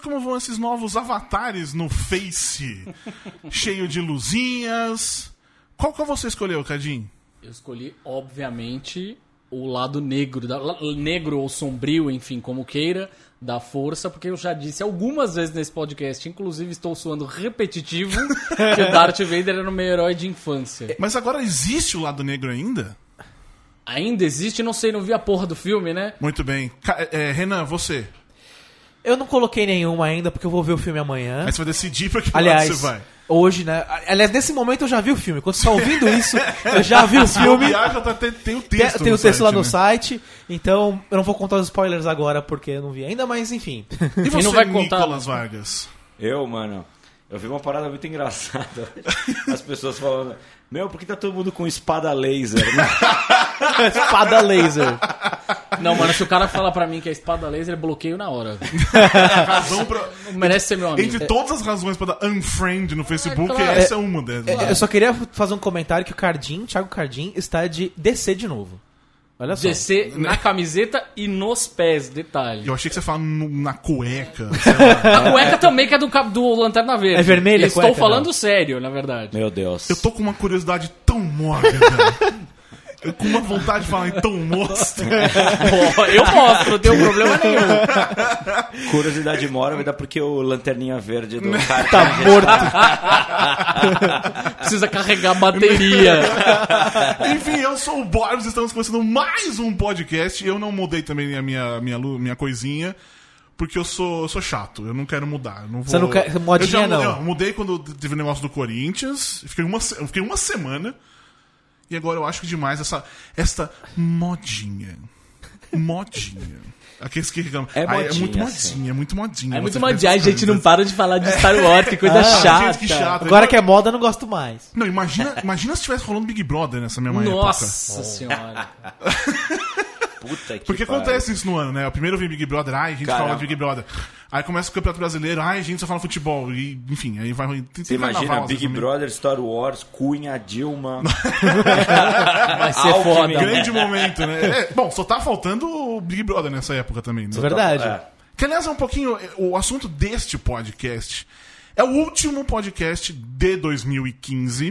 como vão esses novos avatares no Face, cheio de luzinhas. Qual que você escolheu, Cadinho? Eu escolhi, obviamente, o lado negro, negro ou sombrio, enfim, como queira, da força, porque eu já disse algumas vezes nesse podcast, inclusive estou soando repetitivo, que o Darth Vader era o meu herói de infância. Mas agora existe o lado negro ainda? Ainda existe? Não sei, não vi a porra do filme, né? Muito bem. Renan, você? Eu não coloquei nenhuma ainda, porque eu vou ver o filme amanhã. Aí você vai decidir pra que Aliás, lado você vai. Hoje, né? Aliás, nesse momento eu já vi o filme. Quando você está ouvindo isso, eu já vi o filme. Tem o texto Tem o texto lá no né? site. Então, eu não vou contar os spoilers agora, porque eu não vi ainda, mas enfim. E você, não vai contar, Nicolas Vargas? Mano, eu vi uma parada muito engraçada. As pessoas falando, por que tá todo mundo com espada laser? Espada laser. Não, mano, se o cara falar pra mim que é espada laser, eu bloqueio na hora. Razão pra... Não merece ser meu amigo. Entre todas as razões pra dar unfriend no Facebook, claro. essa é uma delas. Eu só queria fazer um comentário que o Thiago Cardim está de DC de novo. Olha só. DC na camiseta e nos pés, detalhe. Eu achei que você falava na cueca. A cueca também que é do Lanterna Verde. É vermelha a Estou cueca, falando não? sério, na verdade. Meu Deus. Eu tô com uma curiosidade tão mórbida, velho. Eu com uma vontade de falar, então mostra. Pô, eu mostro, não tenho problema nenhum. Curiosidade mórbida porque o Lanterninha Verde do cara Tá morto. Precisa carregar a bateria. Enfim, eu sou o Borbs, estamos começando mais um podcast. Eu não mudei também a minha coisinha, porque eu sou chato, eu não quero mudar. Não vou... Você não quer modinha, não? Eu mudei quando teve o negócio do Corinthians, fiquei uma semana, e agora eu acho demais essa modinha. Modinha. Aqueles que reclamam. É modinha, é muito sim. modinha, é muito modinha. É muito Você modinha. faz A essas gente não coisas. para de falar de Star Wars, que coisa chata. Gente, que chato. Agora que é moda, eu não gosto mais. Não, imagina se tivesse rolando Big Brother nessa mesma Nossa época. senhora. Puta que Porque pariu. acontece isso no ano, né? O primeiro vem Big Brother, a gente Caramba. fala de Big Brother. Aí começa o Campeonato Brasileiro, a gente só fala futebol. E, enfim, aí vai... Você imagina Big Brother, Star Wars, Cunha, Dilma. Vai ser Alckmin. foda. Grande momento, né? Bom, só tá faltando o Big Brother nessa época também, né? É verdade. É. Que, aliás, é um pouquinho... O assunto deste podcast é o último podcast de 2015.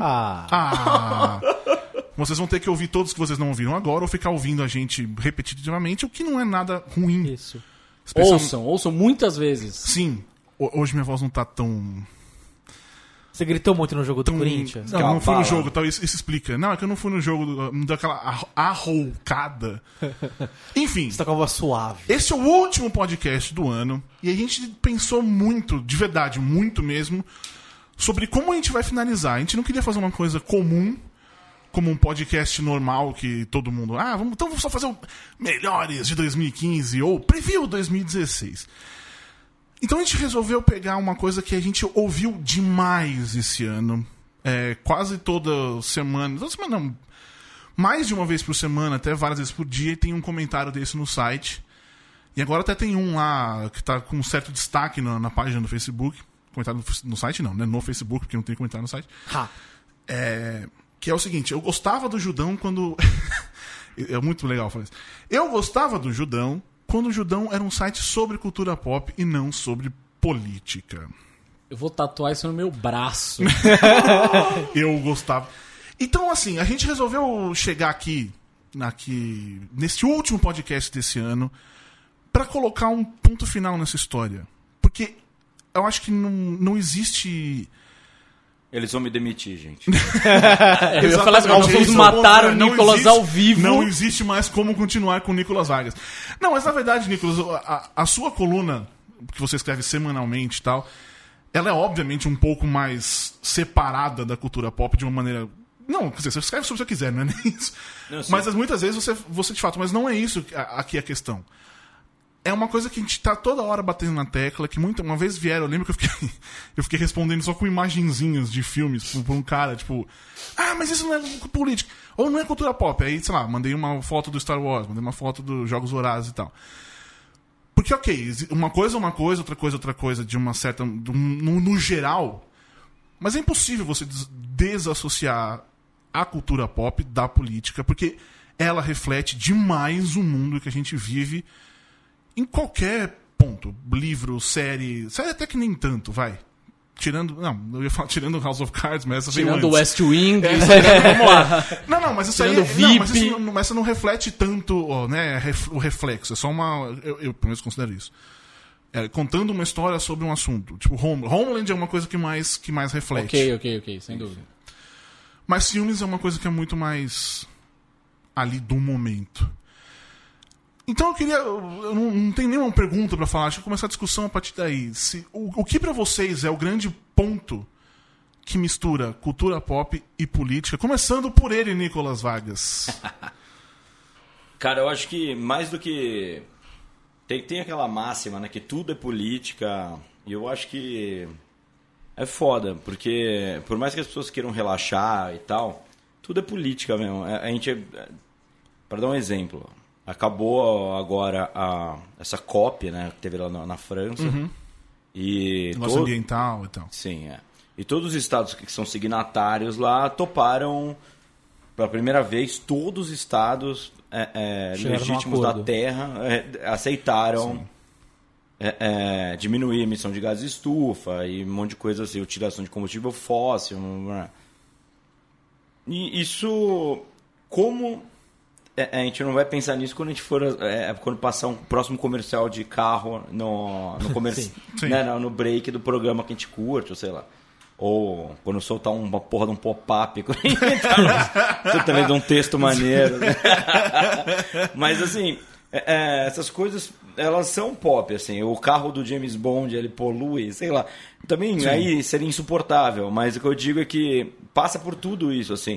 Vocês vão ter que ouvir todos que vocês não ouviram agora ou ficar ouvindo a gente repetitivamente, o que não é nada ruim. Isso. Ouçam muitas vezes. Sim. Hoje minha voz não tá tão... Você gritou muito no jogo do Corinthians? Não fui no Fala. jogo, tá? Isso explica. Não, é que eu não fui no jogo, me deu aquela arroucada. Enfim, Você tá com a voz suave. esse é o último podcast do ano e a gente pensou muito, de verdade, muito mesmo, sobre como a gente vai finalizar. A gente não queria fazer uma coisa comum, como um podcast normal que todo mundo... então vamos só fazer o melhores de 2015 ou preview 2016. Então a gente resolveu pegar uma coisa que a gente ouviu demais esse ano. Quase toda semana não, mais de uma vez por semana, até várias vezes por dia, e tem um comentário desse no site. E agora até tem um lá que tá com um certo destaque na página do Facebook. Comentário no site não, né? No Facebook, porque não tem comentário no site. Que é o seguinte, eu gostava do Judão quando... É muito legal falar isso. Eu gostava do Judão quando o Judão era um site sobre cultura pop e não sobre política. Eu vou tatuar isso no meu braço. Eu gostava. Então, assim, a gente resolveu chegar aqui neste último podcast desse ano, pra colocar um ponto final nessa história. Porque eu acho que não existe... Eles vão me demitir, gente. Eu ia falar assim, nós vamos matar o Nicolas ao vivo. Não existe mais como continuar com o Nicolas Vargas. Não, mas na verdade, Nicolas, a sua coluna, que você escreve semanalmente e tal, ela é obviamente um pouco mais separada da cultura pop de uma maneira... Não, quer dizer, você escreve sobre o que você quiser, não é nem isso. Não, mas muitas vezes você de fato... Mas não é isso aqui a questão. É uma coisa que a gente tá toda hora batendo na tecla, que uma vez vieram, eu lembro que eu fiquei respondendo só com imagenzinhas de filmes pra um cara, tipo, mas isso não é política, ou não é cultura pop. Aí, sei lá, mandei uma foto do Star Wars, mandei uma foto dos Jogos Vorazes e tal. Porque, ok, uma coisa, outra coisa, de uma certa... no geral, mas é impossível você desassociar a cultura pop da política, porque ela reflete demais o mundo que a gente vive em qualquer Ponto. Livro, série... Série até que nem tanto, vai. Tirando... Não, eu ia falar tirando House of Cards, mas essa veio Tirando o antes. West Wing. Vamos lá. Não, mas isso aí... Tirando Não, mas, VIP. isso, mas isso não reflete tanto, ó, né, o reflexo. É só uma... Eu pelo menos considero isso. Contando uma história sobre um assunto. Tipo, Homeland é uma coisa que mais reflete. Ok, sem dúvida. Mas filmes é uma coisa que é muito mais ali do momento. Então eu queria... Eu não tenho nenhuma pergunta pra falar. Deixa eu começar a discussão a partir daí. O que pra vocês é o grande ponto que mistura cultura pop e política? Começando por ele, Nicolas Vargas. Cara, eu acho que mais do que... Tem aquela máxima, né? Que tudo é política. E eu acho que é foda. Porque por mais que as pessoas queiram relaxar e tal, tudo é política mesmo. A gente... Para dar um exemplo... Acabou agora essa COP, né, que teve lá na França. E Negócio ambiental e tal. Sim, é. E todos os estados que são signatários lá toparam, pela primeira vez, todos os estados legítimos da Terra aceitaram diminuir a emissão de gás de estufa e um monte de coisa assim, utilização de combustível fóssil. E isso, como... a gente não vai pensar nisso quando a gente for quando passar um próximo comercial de carro no no break do programa que a gente curte, ou sei lá. Ou quando soltar uma porra de um pop-up. Você também dá um texto maneiro. Né? Mas assim, essas coisas, elas são pop, assim. O carro do James Bond, ele polui, sei lá. Também sim. Aí seria insuportável. Mas o que eu digo é que passa por tudo isso, assim.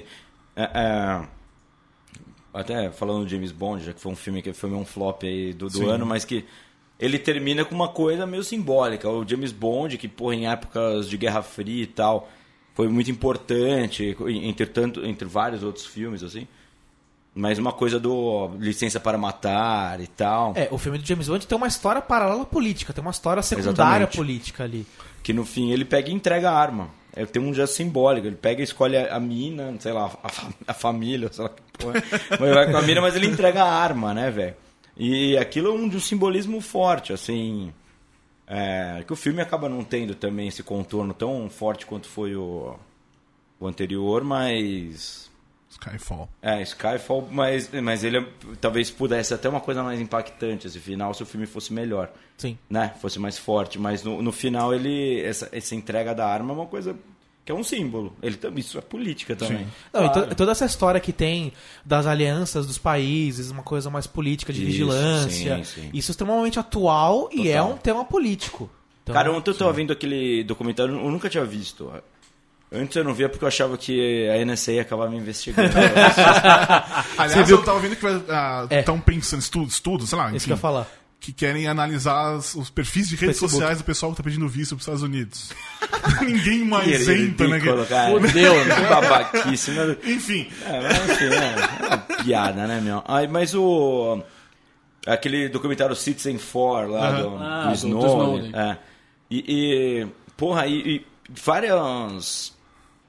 Até falando do James Bond, já que foi um filme que foi um flop aí do ano, mas que ele termina com uma coisa meio simbólica. O James Bond, que porra, em épocas de Guerra Fria e tal, foi muito importante, entre vários outros filmes, assim. Mas uma coisa do Licença para Matar e tal. O filme do James Bond tem uma história paralela política, tem uma história secundária Exatamente. Política ali. Que no fim ele pega e entrega a arma. Tem um gesto simbólico. Ele pega e escolhe a mina, sei lá, a família, sei lá que porra. Mas vai com a mina, mas ele entrega a arma, né, velho? E aquilo é um simbolismo forte, assim. Que o filme acaba não tendo também esse contorno tão forte quanto foi o anterior, mas... Skyfall. Skyfall, mas ele talvez pudesse até uma coisa mais impactante esse final se o filme fosse melhor. Sim. Né? Fosse mais forte. Mas no final, essa entrega da arma é uma coisa que é um símbolo. Isso é política também. Não, claro. Toda essa história que tem das alianças dos países, uma coisa mais política, de vigilância. Sim. Isso é extremamente atual. Total. E é um tema político. Então, cara, ontem eu estava vendo aquele documentário, eu nunca tinha visto. Antes eu não via porque eu achava que a NSA ia acabar me investigando. Aliás, eu tava vendo que estão pensando, estudos, sei lá, enfim, isso que eu ia falar. Que querem analisar os perfis de redes sociais do pessoal que tá pedindo visto para os Estados Unidos. Ninguém mais entra, né? Fudeu, né? Que babaquice, né? Enfim. É uma piada, né, meu? Mas aquele documentário Citizen 4 lá do Snowden. Porra, e várias...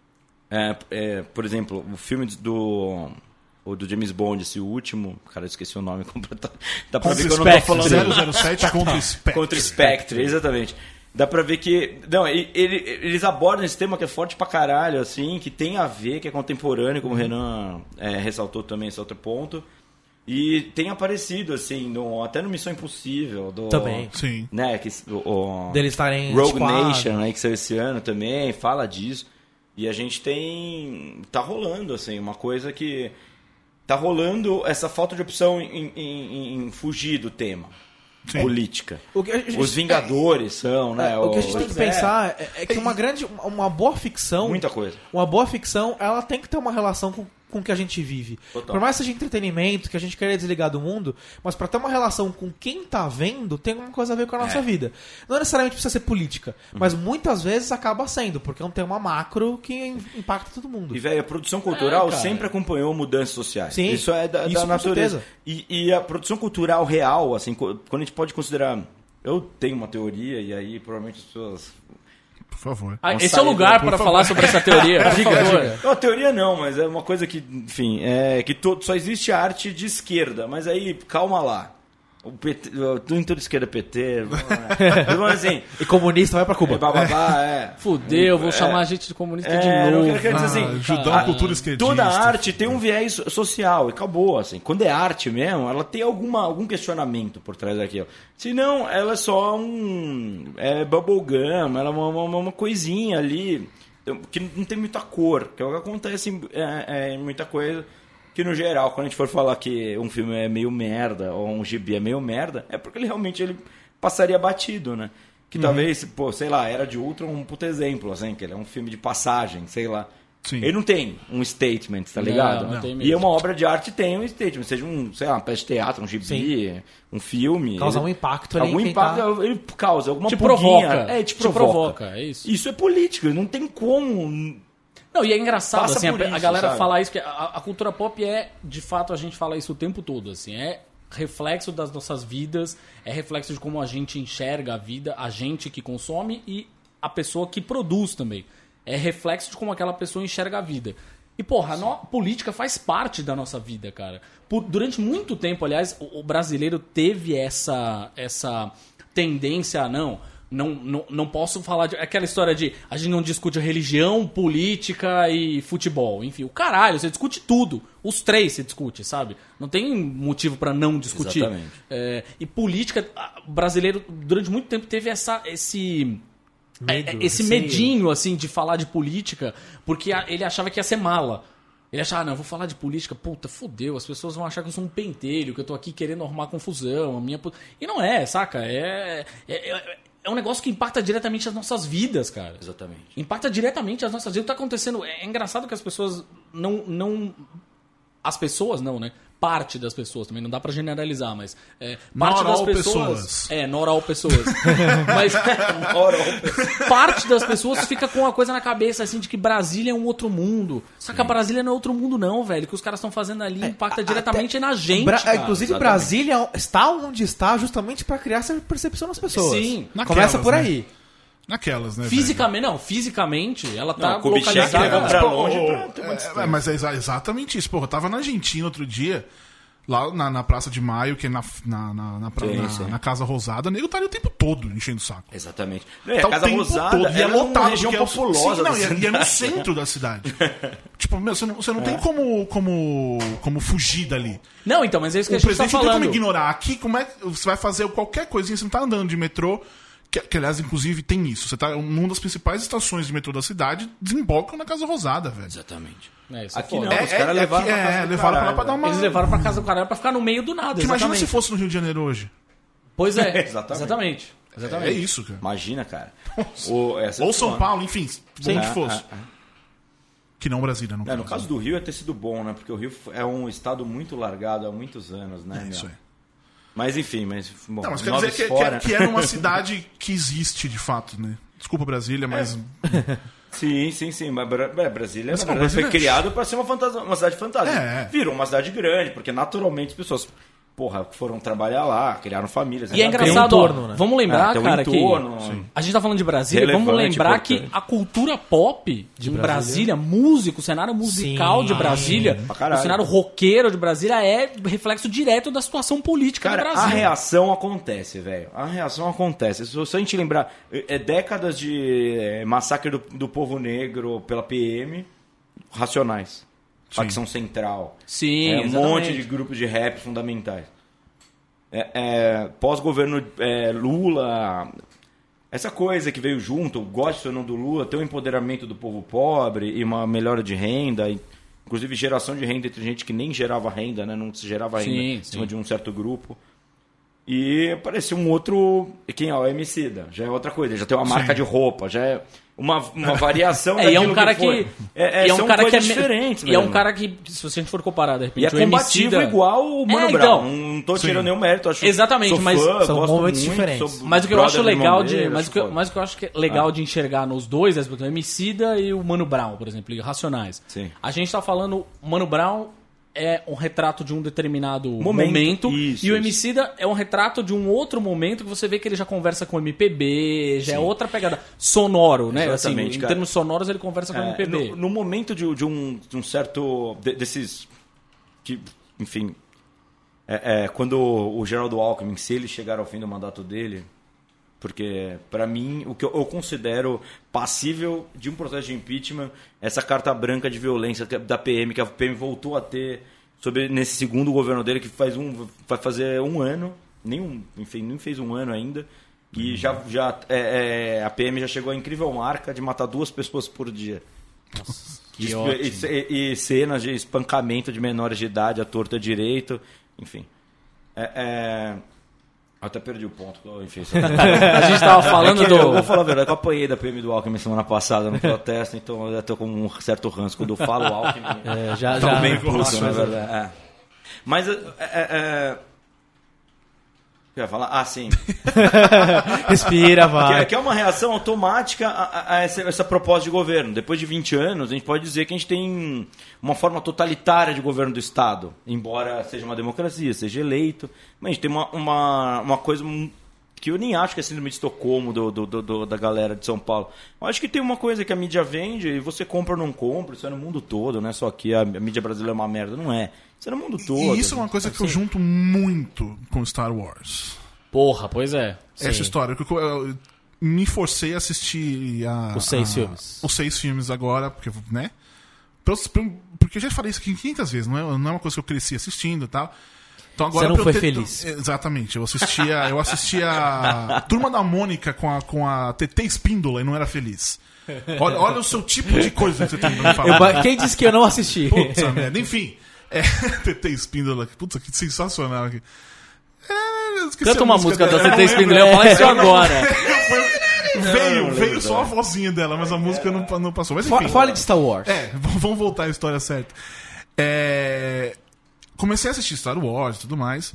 por exemplo, o filme do James Bond, esse último, cara, eu esqueci o nome completamente. Dá pra ver que eu não tô falando 007 contra Spectre. Contra Spectre, exatamente. Dá pra ver que... Não, eles abordam esse tema que é forte pra caralho, assim, que tem a ver, que é contemporâneo, como o Renan ressaltou também esse outro ponto. E tem aparecido, assim, até no Missão Impossível. Também. Sim. Né, deles estarem Rogue Nation, né, que saiu esse ano também, fala disso. E a gente tá rolando, assim, uma coisa que... Tá rolando essa falta de opção em fugir do tema. Sim. Política. Os Vingadores são, né? O que a gente tem que pensar é que uma boa ficção... Muita coisa. Uma boa ficção, ela tem que ter uma relação com o que a gente vive. Total. Por mais que seja entretenimento, que a gente queira desligar do mundo, mas pra ter uma relação com quem tá vendo, tem alguma coisa a ver com a nossa vida. Não necessariamente precisa ser política, mas muitas vezes acaba sendo, porque é um tema macro que impacta todo mundo. E, velho, a produção cultural sempre acompanhou mudanças sociais. Sim, isso é da natureza. E a produção cultural real, assim, quando a gente pode considerar... Eu tenho uma teoria, e aí provavelmente as pessoas... Por favor. Esse é o lugar para falar sobre essa teoria. Diga. Não, teoria não, mas é uma coisa que, enfim, que só existe arte de esquerda. Mas aí, calma lá. O PT, tudo de esquerda PT. Assim, E comunista vai pra Cuba. Fudeu, vou chamar a gente de comunista de novo. Eu quero dizer assim, Judão, cultura esquerdista. toda arte tem um viés social e acabou. Assim. Quando é arte mesmo, ela tem algum questionamento por trás daquilo. Senão, ela é só bubblegum, ela é uma coisinha ali que não tem muita cor. Que é o que acontece em muita coisa. Que no geral, quando a gente for falar que um filme é meio merda ou um gibi é meio merda, é porque ele passaria batido, né? Que talvez, sei lá, Era de Ultron um puto exemplo, assim, que ele é um filme de passagem, sei lá. Sim. Ele não tem um statement, tá ligado? Não tem mesmo. E uma obra de arte tem um statement, seja uma peça de teatro, um gibi, um filme. Causa um impacto ali. Algum impacto, ele causa alguma Te pulguinha. provoca. Te provoca, é isso. Isso é político, não tem como... Não, e é engraçado, Passa assim, por a isso, galera sabe? falar isso, que a cultura pop de fato, a gente fala isso o tempo todo, assim, é reflexo das nossas vidas, é reflexo de como a gente enxerga a vida, a gente que consome e a pessoa que produz também. É reflexo de como aquela pessoa enxerga a vida. E, porra, a política faz parte da nossa vida, cara. Durante muito tempo, aliás, o brasileiro teve essa tendência a não posso falar de aquela história de a gente não discute religião, política e futebol. Enfim, o caralho, você discute tudo. Os três você discute, sabe? Não tem motivo pra não discutir. Exatamente. E política, o brasileiro durante muito tempo teve esse medinho assim de falar de política, porque ele achava que ia ser mala. Ele achava, não, eu vou falar de política, puta, fudeu, as pessoas vão achar que eu sou um pentelho, que eu tô aqui querendo arrumar confusão, E não é, saca? É um negócio que impacta diretamente as nossas vidas, cara. Exatamente. Impacta diretamente as nossas vidas. O que tá acontecendo... É engraçado que as pessoas não... As pessoas não, né? Parte das pessoas também, não dá pra generalizar, mas... parte das pessoas... not all pessoas. Mas parte das pessoas fica com uma coisa na cabeça, assim, de que Brasília é um outro mundo. Só que a Brasília não é outro mundo, não, velho. O que os caras estão fazendo ali impacta diretamente na gente, cara. Inclusive, Exatamente. Brasília está onde está justamente pra criar essa percepção nas pessoas. Sim. Começa por aí. Naquelas, né? Fisicamente, ela tá Kubitschek localizada... leva pra longe pra ter uma distância. Mas é exatamente isso. Porra, eu tava na Argentina outro dia, lá na Praça de Maio, que é na Casa Rosada, o nego tá ali o tempo todo enchendo o saco. Exatamente. Tá A Casa Rosada e é uma lotado. região porque populosa. e é no centro da cidade. Tipo, meu, você não tem como fugir dali. Não, então, mas é isso que O a gente tá presidente não tem falando. como ignorar. Aqui, como é que você vai fazer qualquer coisinha? Você não tá andando de metrô, que aliás, inclusive, tem isso. Você tá numa das principais estações de metrô da cidade, desembocam na Casa Rosada, velho. Exatamente. Isso é Aqui foda. não, os caras levaram pra casa do levaram pra lá caralho, pra dar uma... Eles levaram pra casa do caralho pra ficar no meio do nada, Imagina exatamente. se fosse no Rio de Janeiro hoje. Pois é, Exatamente. exatamente. É isso, cara. Imagina, cara. Ou São Paulo, enfim, onde fosse. É. Que não Brasília, no caso. No caso do Rio é ter sido bom, né? Porque o Rio é um estado muito largado há muitos anos, né? Isso aí. Mas enfim, bom, Não, mas quer noves dizer fora. que é uma cidade que existe, de fato, né? Desculpa, Brasília, mas... Sim. Mas Brasília, Mas, na verdade, Brasília foi criado para ser uma cidade fantástica. Virou uma cidade grande, porque naturalmente as pessoas... foram trabalhar lá, criaram famílias. E é engraçado, tem um entorno, né? vamos lembrar, tem um cara, entorno, que a gente tá falando de Brasília, vamos relevante, lembrar importante. que a cultura pop de Brasília, músico, o cenário musical de Brasília, pra o caralho. cenário roqueiro de Brasília é reflexo direto da situação política Cara, do a Brasil. reação acontece, velho. A reação acontece. Se a gente lembrar, décadas de massacre do povo negro pela PM, Racionais, Facção Central, Sim, um exatamente. monte de grupos de rap fundamentais. Pós-governo Lula, essa coisa que veio junto, gosto ou não do Lula, ter um empoderamento do povo pobre e uma melhora de renda, inclusive geração de renda entre gente que nem gerava renda, né? Não se gerava renda em cima de um certo grupo. E apareceu um outro, quem é o Emicida, já é outra coisa, já tem uma marca de roupa, já é uma variação daquilo e é um cara que são coisas diferentes. E é um cara que, se a gente for comparar, de repente, E é combativo Emicida... igual o Mano Brown. Não tô tirando nenhum mérito, acho. Exatamente, sou mas fã, são gosto momentos muito, diferentes. sou Mas o que eu acho brother do legal irmão dele, mas o que eu acho que é legal de enxergar nos dois é, por exemplo, o Emicida e o Mano Brown, por exemplo, e Racionais. Sim. A gente tá falando, o Mano Brown é um retrato de um determinado momento Isso, e o isso. Emicida é um retrato de um outro momento que você vê que ele já conversa com o MPB, já é outra pegada sonoro, né? Assim, Exatamente, em cara. termos sonoros ele conversa com o MPB. No momento de um certo... desses... que, enfim... quando o Geraldo Alckmin, se ele chegar ao fim do mandato dele, porque para mim o que eu considero passível de um processo de impeachment, essa carta branca de violência da PM, que a PM voltou a ter nesse segundo governo dele, que vai fazer um ano, nem fez um ano ainda, e a PM já chegou à incrível marca de matar 2 pessoas por dia. Nossa, e cenas de espancamento de menores de idade à torta direito, enfim. Até perdi o ponto. Enfim, a gente tava falando Eu vou falar a verdade, eu apanhei da PM do Alckmin semana passada no protesto, então eu já tô com um certo ranço. Quando eu falo Alckmin, já bem puto, na verdade. Mas eu ia falar, sim. Respira, vai. Que é uma reação automática a essa proposta de governo. Depois de 20 anos, a gente pode dizer que a gente tem uma forma totalitária de governo do Estado. Embora seja uma democracia, seja eleito. Mas a gente tem uma coisa que eu nem acho que é síndrome de Estocolmo da galera de São Paulo. Eu acho que tem uma coisa que a mídia vende e você compra ou não compra. Isso é no mundo todo, não é só aqui. A mídia brasileira é uma merda. Não é. Isso é no mundo todo. E isso é uma coisa que eu junto muito com Star Wars. Porra, pois é. Essa história. Eu me forcei a assistir os 6 filmes. Os 6 filmes agora, porque, né? Porque eu já falei isso aqui 500 vezes, não é uma coisa que eu cresci assistindo e tal. Então agora você não foi feliz. Exatamente. Eu assistia a Turma da Mônica com a TT Espíndola e não era feliz. Olha o seu tipo de coisa que você tem pra me falar. Quem disse que eu não assisti? Putz, merda. Enfim. TT Espíndola. Putz, que sensacional aqui. Canta uma música da TT Espíndola, eu falo isso agora. Veio só a vozinha dela, mas a música não passou. Mas enfim. Fale de Star Wars. Vamos voltar à história certa. Comecei a assistir Star Wars e tudo mais.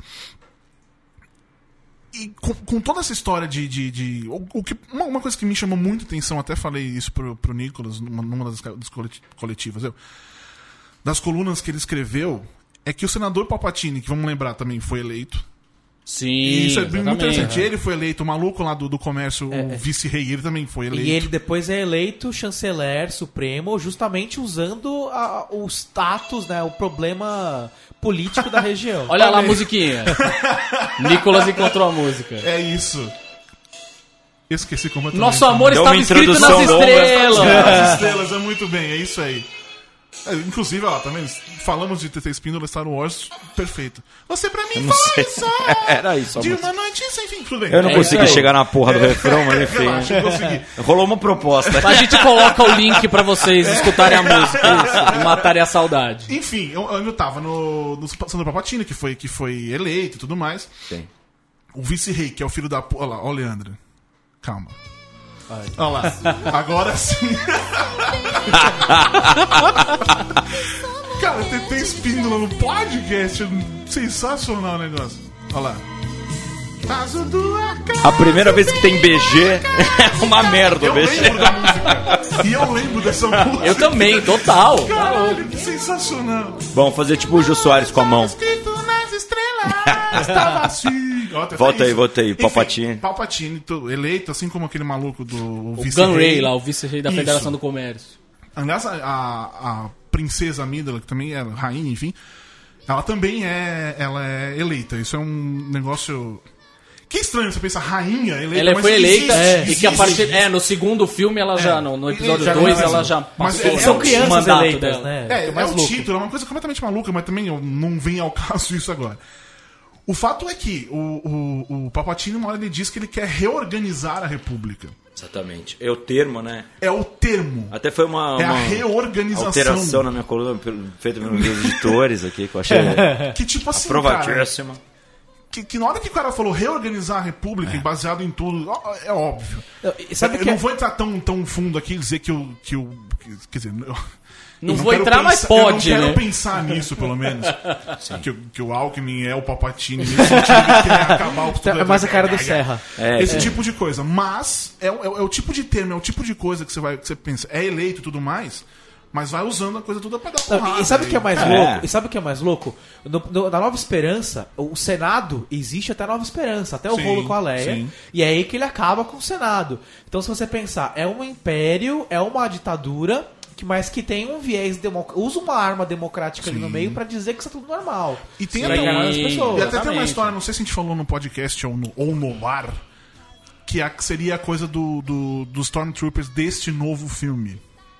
E com toda essa história uma coisa que me chamou muito atenção, até falei isso pro Nicolas numa das coletivas, das colunas que ele escreveu, é que o senador Palpatine, que vamos lembrar também, foi eleito. Sim, e isso é muito interessante. Né? Ele foi eleito, o maluco lá do comércio, o vice-rei, ele também foi eleito. E ele depois é eleito chanceler supremo, justamente usando o status, né, o problema político da região. Olha lá a musiquinha. Nicolas encontrou a música. É isso. Esqueci completamente. Nosso amor estava escrito nas estrelas. Nas estrelas, é muito bem, é isso aí. Inclusive, ó, também falamos de TT Espíndola, Star Wars, perfeito. Você pra mim foi só era isso, de uma noite sem fim, tudo bem. Eu não consegui chegar na porra do refrão, mas enfim. Relaxa, eu consegui. Rolou uma proposta. A gente coloca o link pra vocês escutarem a música e matarem a saudade. Enfim, eu ainda tava no Sandro Palpatine, que foi eleito e tudo mais. Sim. O vice-rei, que é o filho da... Olha lá, ó o Leandro. Calma. Olha lá. Agora sim. Cara, TT Espíndola no podcast. Sensacional o negócio. Olha lá. A primeira vez que tem BG é uma merda. Eu lembro da música. E eu lembro dessa música. Eu também, total. Caralho, que sensacional. Vamos fazer tipo o Jô Soares com a mão. Escrito nas estrelas. Estava assim. Volta aí, Palpatine. Palpatine, eleito, assim como aquele maluco do vice-rei. O Gunray lá, o vice-rei da Federação do Comércio. Aliás, a princesa Amidala, que também é rainha, enfim, ela também é eleita. Isso é um negócio... Que estranho você pensa, rainha eleita. Ela foi eleita existe, e que a partir... no segundo filme ela já... No episódio 2 ela já passou. São crianças eleitas, dela. né? É o título, é uma coisa completamente maluca, mas também não vem ao caso isso agora. O fato é que o Palpatine, uma hora ele diz que ele quer reorganizar a República. Exatamente. É o termo, né? É o termo. Até foi uma a reorganização. Alteração na minha coluna feita pelos meus editores aqui, que eu achei que tipo assim, aprovatíssima. Que na hora que o cara falou reorganizar a República, baseado em tudo, é óbvio. Sabe não vou entrar tão fundo aqui e dizer que quer dizer... Não vou entrar, mas pode, né? Eu não quero né? pensar nisso, pelo menos. Que o Alckmin é o Palpatine nesse sentido, ele quer acabar o... É mais a cara do Serra. Esse tipo de coisa. Mas é o tipo de termo, é o tipo de coisa que você pensa. É eleito e tudo mais, mas vai usando a coisa toda pra dar porrada. E sabe o que é mais louco? E sabe o que é mais louco? Na Nova Esperança, o Senado existe até a Nova Esperança, até o rolo com a Leia. Sim. E é aí que ele acaba com o Senado. Então, se você pensar, é um império, é uma ditadura... mas que tem um viés usa uma arma democrática ali no meio pra dizer que isso é tudo normal. E tem Pra até enganar as pessoas. E até tem uma história, não sei se a gente falou no podcast ou no bar, que seria a coisa dos Stormtroopers deste novo filme.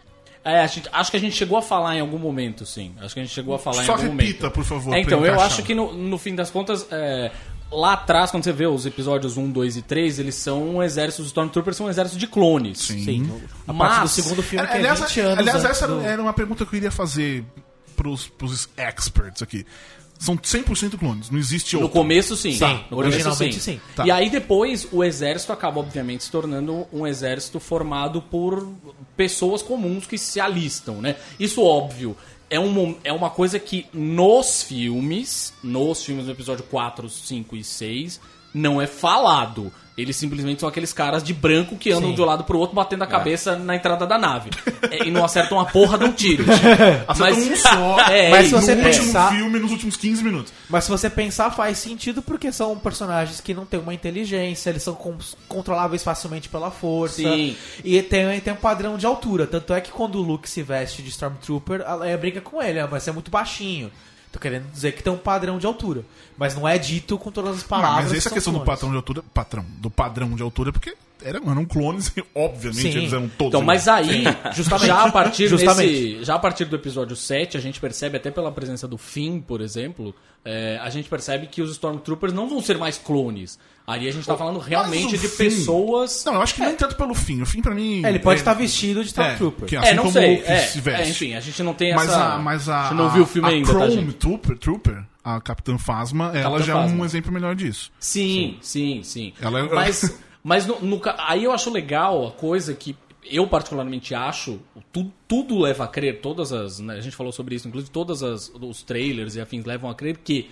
Acho que a gente chegou a falar em algum momento, sim. Acho que a gente chegou a falar Só em algum momento. repita, por favor. Então, pra eu encaixar. acho que no fim das contas, lá atrás, quando você vê os episódios 1, 2 e 3, eles são um exército, os Stormtroopers são um exército de clones. Sim. A Mas- parte do segundo filme que é 20 anos aliás, antes essa do... era uma pergunta que eu iria fazer pros experts aqui. São 100% clones, não existe No outro. começo, sim. Sim, No originalmente, começo, sim. Tá. E aí depois o exército acaba, obviamente, se tornando um exército formado por pessoas comuns que se alistam, né? Isso, óbvio, é uma coisa que nos filmes do episódio 4, 5 e 6, não é falado. Eles simplesmente são aqueles caras de branco que andam Sim. de um lado pro outro batendo a cabeça na entrada da nave. E não acertam a porra de um tiro. Acertam um só Mas se no você último pensar- filme, nos últimos 15 minutos. Mas se você pensar, faz sentido porque são personagens que não têm uma inteligência, eles são controláveis facilmente pela força. Sim. E tem um padrão de altura. Tanto é que quando o Luke se veste de Stormtrooper, a Leia briga com ele, mas é muito baixinho. Tô querendo dizer que tem um padrão de altura. Mas não é dito com todas as palavras. Mas essa que questão são do clones. padrão de altura, porque eram clones e, obviamente, Sim. eles eram todos. Então, mas aí, Justamente. já Justamente. a partir do episódio 7, a gente percebe, até pela presença do Finn, por exemplo, a gente percebe que os Stormtroopers não vão ser mais clones. Ali a gente tá falando realmente o de Finn- pessoas... Não, eu acho que nem tanto pelo fim. O fim, pra mim... Ele pode estar vestido de Stormtrooper. que assim não como sei. o Luke se veste. Enfim, a gente não tem Mas essa... a a gente não viu o filme ainda, tá, Chrome gente? Trooper, a Capitã Phasma, ela Capitã já é um Phasma. exemplo melhor disso. Sim. Ela é- Mas aí eu acho legal a coisa que eu particularmente acho, tudo leva a crer, todas as... né, a gente falou sobre isso, inclusive todos os trailers e afins levam a crer que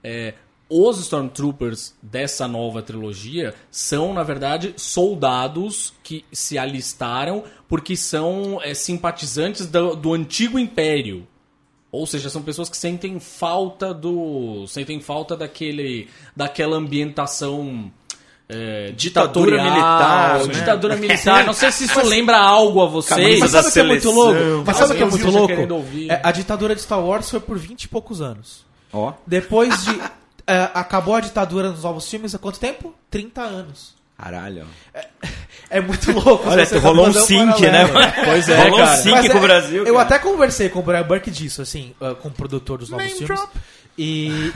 os Stormtroopers dessa nova trilogia são, na verdade, soldados que se alistaram porque são simpatizantes do antigo Império. Ou seja, são pessoas que sentem falta daquela ambientação Ditadura ditatorial, militar, né? ditadura militar. Não sei se isso lembra algo a vocês. Camisa Mas sabe o que é muito seleção. louco? Mas sabe o que é Eu muito vi você querendo louco? ouvir. A ditadura de Star Wars foi por 20 e poucos anos. Ó. Depois de... acabou a ditadura nos novos filmes há quanto tempo? 30 anos. Caralho. É muito louco. Olha, você rolou um fazer sync, paralelo. né? Pois é, Rolou um cara. sync Mas com o Brasil. Eu cara. até conversei com o Brian Burke disso, assim, com o produtor dos novos Name filmes. drop. E...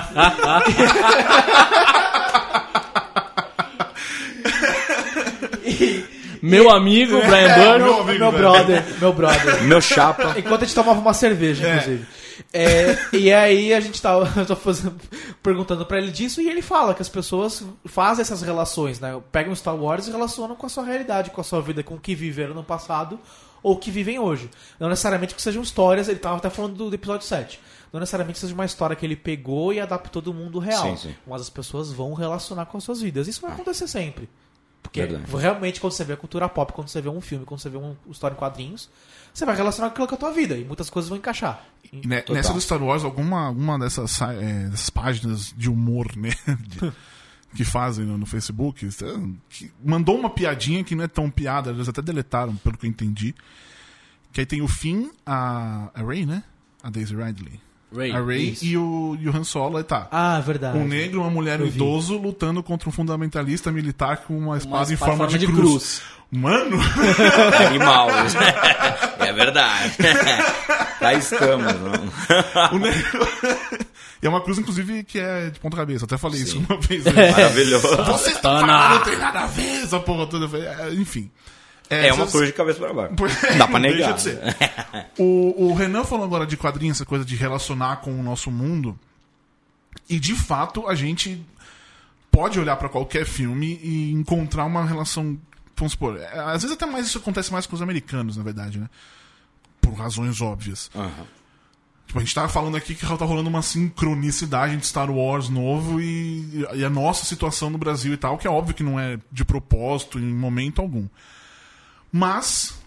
Meu amigo, Brian Burke. meu brother. Meu chapa. Enquanto a gente tomava uma cerveja, inclusive. E aí a gente tava perguntando pra ele disso e ele fala que as pessoas fazem essas relações, né? Pegam Star Wars e relacionam com a sua realidade, com a sua vida, com o que viveram no passado ou o que vivem hoje. Não necessariamente que sejam histórias, ele tava até falando do episódio 7. Não necessariamente seja uma história que ele pegou e adaptou do mundo real. Sim, sim. Mas as pessoas vão relacionar com as suas vidas. Isso vai acontecer sempre. Porque Verdade. realmente quando você vê a cultura pop, quando você vê um filme, quando você vê uma história em quadrinhos, você vai relacionar aquilo com a tua vida e muitas coisas vão encaixar. E nessa do Star Wars, alguma dessas páginas de humor, né? Que fazem no Facebook, que mandou uma piadinha que não é tão piada, eles até deletaram, pelo que eu entendi. Que aí tem o Finn, a Rey, né? A Daisy Ridley. A Rey e o Han Solo, aí tá. Ah, verdade. Um negro, uma mulher e um Eu vi. idoso lutando contra um fundamentalista militar com uma espada em espada forma de cruz. Mano! Animal. É verdade. Cá estamos. Mano. O negro... E é uma cruz, inclusive, que é de ponta cabeça. Até falei isso uma vez. Maravilhoso. Você está falando, não tem nada a ver essa porra toda. Eu falei, enfim. É uma cruz de cabeça para baixo. Não Dá pra negar. deixa de ser. O Renan falou agora de quadrinhos, essa coisa de relacionar com o nosso mundo. E, de fato, a gente pode olhar pra qualquer filme e encontrar uma relação... Vamos supor, às vezes até mais isso acontece mais com os americanos, na verdade, né? Por razões óbvias. Tipo, a gente tá falando aqui que tá rolando uma sincronicidade entre Star Wars novo e a nossa situação no Brasil e tal, que é óbvio que não é de propósito em momento algum. Mas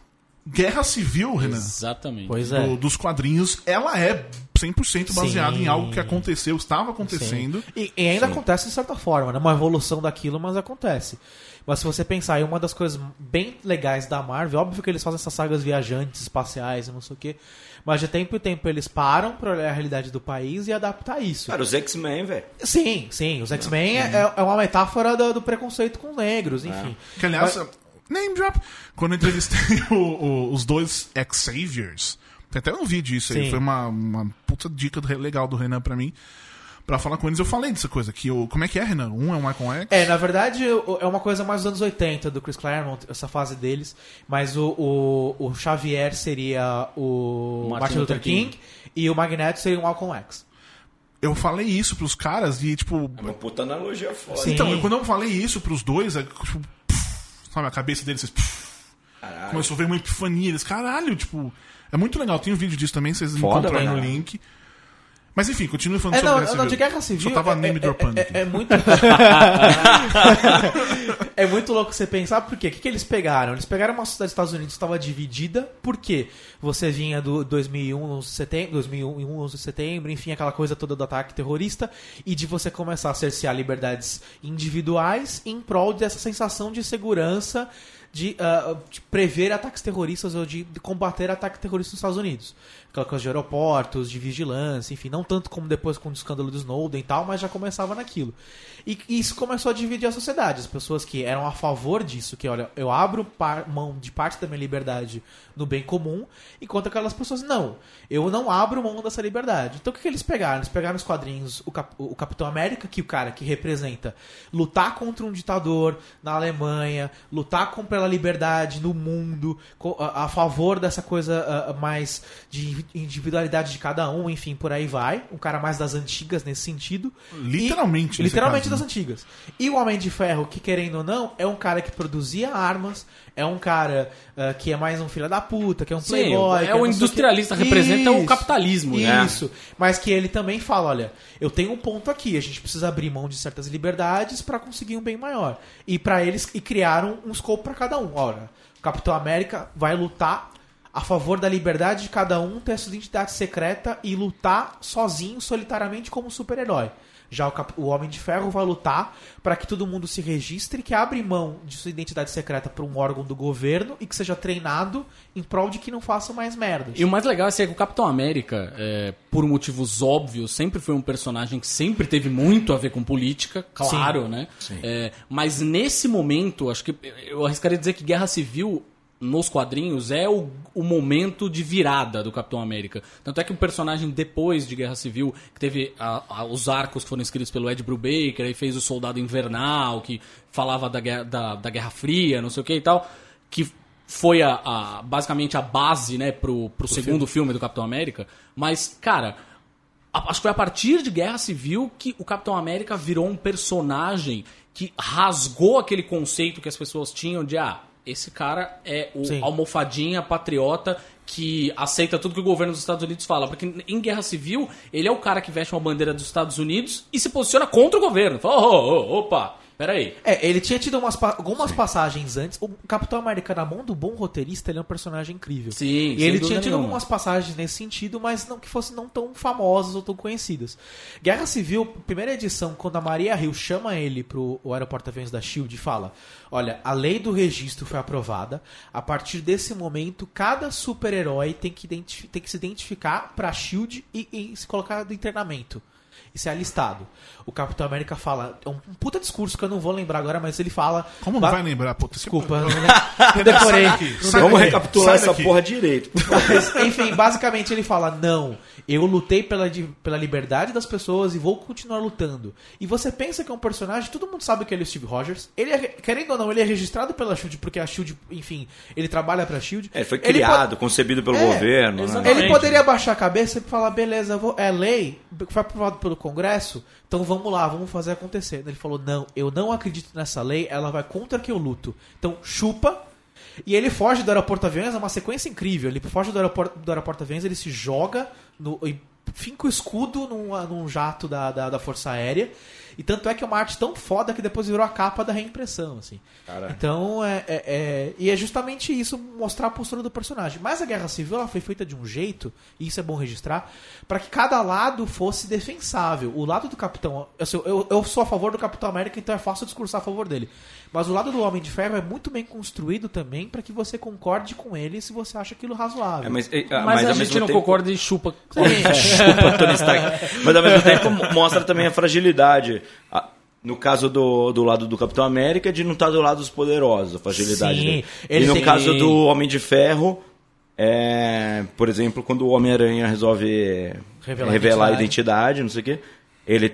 Guerra Civil, Renan, Exatamente. Pois é. dos quadrinhos, ela é 100% baseada em algo que aconteceu, estava acontecendo. E ainda acontece de certa forma, né? Uma evolução daquilo, mas acontece. Mas se você pensar em uma das coisas bem legais da Marvel, óbvio que eles fazem essas sagas viajantes, espaciais e não sei o quê, mas de tempo em tempo eles param pra olhar a realidade do país e adaptar isso. Cara, os X-Men, velho. Sim, os X-Men é uma metáfora do preconceito com negros, enfim. Que, aliás, name drop, quando eu entrevistei os dois X-Saviors, tem até um vídeo isso aí, Sim. foi uma puta dica legal do Renan pra mim. Pra falar com eles, eu falei dessa coisa, que como é que é, Renan? Um é o Michael X? Na verdade, é uma coisa mais dos anos 80, do Chris Claremont, essa fase deles, mas o Xavier seria o Martin Luther King e o Magneto seria o Malcolm X. Eu falei isso pros caras e, tipo... É uma puta analogia foda. Sim. Então, quando eu falei isso pros dois, tipo, sabe, a cabeça deles começou a ver uma epifania. Eles, caralho, tipo... É muito legal, tem um vídeo disso também, vocês encontram aí no link. Mas enfim, continue falando sobre Guerra Civil. De Guerra Civil Só tava name dropando aqui. É muito... é muito louco você pensar, por quê? O que eles pegaram? Eles pegaram uma sociedade dos Estados Unidos que estava dividida, porque você vinha do 2001, 11 de setembro, enfim, aquela coisa toda do ataque terrorista, e de você começar a cercear liberdades individuais em prol dessa sensação de segurança, de prever ataques terroristas ou de combater ataques terroristas nos Estados Unidos. Aquela coisa de aeroportos, de vigilância, enfim, não tanto como depois com o escândalo do Snowden e tal, mas já começava naquilo. E isso começou a dividir a sociedade. As pessoas que eram a favor disso, que olha, eu abro mão de parte da minha liberdade no bem comum, enquanto aquelas pessoas, não, eu não abro mão dessa liberdade. Então o que eles pegaram? Eles pegaram nos quadrinhos o Capitão América, que o cara que representa lutar contra um ditador na Alemanha, lutar pela liberdade no mundo, a favor dessa coisa mais de individualidade de cada um, enfim, por aí vai. Um cara mais das antigas nesse sentido. Literalmente. Literalmente das antigas. E o Homem de Ferro, que querendo ou não, é um cara que produzia armas, é um cara que é mais um filho da puta, que é um playboy. É o industrialista, representa o capitalismo. Isso. Mas que ele também fala, olha, eu tenho um ponto aqui, a gente precisa abrir mão de certas liberdades para conseguir um bem maior. E para eles, criaram um scope para cada um. Olha, o Capitão América vai lutar a favor da liberdade de cada um ter sua identidade secreta e lutar sozinho, solitariamente, como super-herói. Já o Homem de Ferro vai lutar para que todo mundo se registre, que abre mão de sua identidade secreta para um órgão do governo e que seja treinado em prol de que não faça mais merdas. E o mais legal é que o Capitão América, por motivos óbvios, sempre foi um personagem que sempre teve muito a ver com política, claro, sim, né? Sim. Mas nesse momento, acho que eu arriscaria dizer que Guerra Civil nos quadrinhos é o momento de virada do Capitão América. Tanto é que o personagem depois de Guerra Civil, que teve os arcos que foram escritos pelo Ed Brubaker, aí fez o Soldado Invernal, que falava da Guerra Fria, não sei o que e tal, que foi basicamente a base, né, pro segundo filme do Capitão América. Mas, cara, acho que foi a partir de Guerra Civil que o Capitão América virou um personagem que rasgou aquele conceito que as pessoas tinham de esse cara é o almofadinha patriota que aceita tudo que o governo dos Estados Unidos fala. Porque em Guerra Civil, ele é o cara que veste uma bandeira dos Estados Unidos e se posiciona contra o governo. Fala, opa, peraí. Ele tinha tido algumas passagens antes. O Capitão América, na mão do bom roteirista, ele é um personagem incrível. Sim, e ele tinha tido algumas passagens nesse sentido, mas não que fossem não tão famosas ou tão conhecidas. Guerra Civil, primeira edição, quando a Maria Hill chama ele pro aeroporto aviões da SHIELD e fala: olha, a lei do registro foi aprovada. A partir desse momento, cada super-herói tem que se identificar pra SHIELD e se colocar do internamento. Isso é alistado. O Capitão América fala... É um puta discurso que eu não vou lembrar agora, mas ele fala... Como não vai lembrar? Puta, desculpa, não decorei. Vamos recapitular essa porra direito. Mas, enfim, basicamente ele fala: não, eu lutei pela liberdade das pessoas e vou continuar lutando. E você pensa que é um personagem... Todo mundo sabe que ele é o Steve Rogers. Ele querendo ou não, ele é registrado pela SHIELD, porque a SHIELD, enfim, ele trabalha pra SHIELD. Ele foi criado, concebido pelo governo. Né? Ele poderia baixar a cabeça e falar: beleza, é lei, foi aprovado pelo Congresso, então vamos lá, vamos fazer acontecer. Ele falou: não, eu não acredito nessa lei, ela vai contra que eu luto. Então chupa. E ele foge do aeroporto aviões, é uma sequência incrível. Ele foge do aeroporto aviões, ele se joga finca o escudo num jato da Força Aérea. E tanto é que é uma arte tão foda que depois virou a capa da reimpressão, assim. Caralho. Então, e é justamente isso, mostrar a postura do personagem. Mas a Guerra Civil ela foi feita de um jeito, e isso é bom registrar, para que cada lado fosse defensável. O lado do Capitão... Eu sou a favor do Capitão América, então é fácil discursar a favor dele. Mas o lado do Homem de Ferro é muito bem construído também para que você concorde com ele se você acha aquilo razoável. Mas a gente não concorda e chupa. Chupa Tony Stark. Mas ao mesmo tempo mostra também a fragilidade. No caso do lado do Capitão América, de não estar do lado dos poderosos, a fragilidade dele. E no caso do Homem de Ferro, por exemplo, quando o Homem-Aranha resolve revelar a identidade, não sei o quê, ele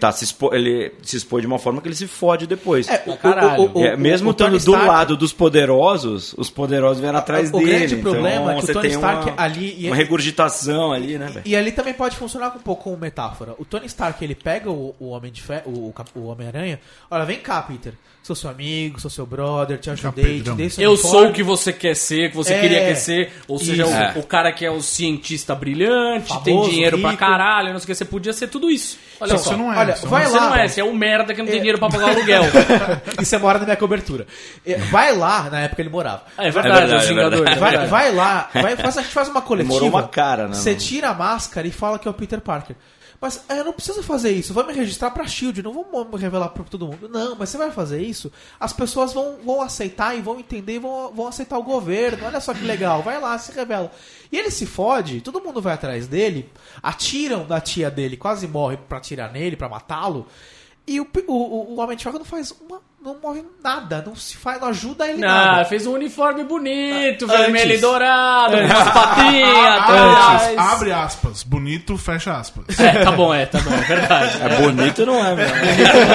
se expõe de uma forma que ele se fode depois. Mesmo estando do lado dos poderosos, os poderosos vieram atrás dele. O grande problema é que o Tony Stark ali... Uma regurgitação ali, né, velho? E ali também pode funcionar um pouco como metáfora. O Tony Stark, ele pega o Homem de Ferro, o Homem-Aranha, olha, vem cá, Peter. Sou seu amigo, sou seu brother, te ajudei, te dei seu Eu sou o que você quer ser, que você queria ser. Ou seja, o cara que é o cientista brilhante, famoso, tem dinheiro rico, pra caralho, não sei o que. Você podia ser tudo isso. Olha só. Você não é. Olha, vai você lá. Não é, você é um merda que não tem dinheiro pra pagar o aluguel. E você mora na minha cobertura. Vai lá, na época ele morava. É verdade, os Vingadores. Vai lá, a gente faz uma coletiva. Morou uma cara, né? Você tira a máscara e fala que é o Peter Parker. Mas eu não preciso fazer isso, vou me registrar pra SHIELD, não vou me revelar pra todo mundo. Não, mas você vai fazer isso, as pessoas vão aceitar e vão entender e vão aceitar o governo. Olha só que legal, vai lá, se revela. E ele se fode, todo mundo vai atrás dele, atiram da tia dele, quase morre pra atirar nele, pra matá-lo. E o Homem de Ferro não morre nada, não ajuda ele nada. Fez um uniforme bonito, vermelho e dourado, com as patinhas. Abre aspas, bonito, fecha aspas. Tá bom, é verdade. Bonito não é, mesmo.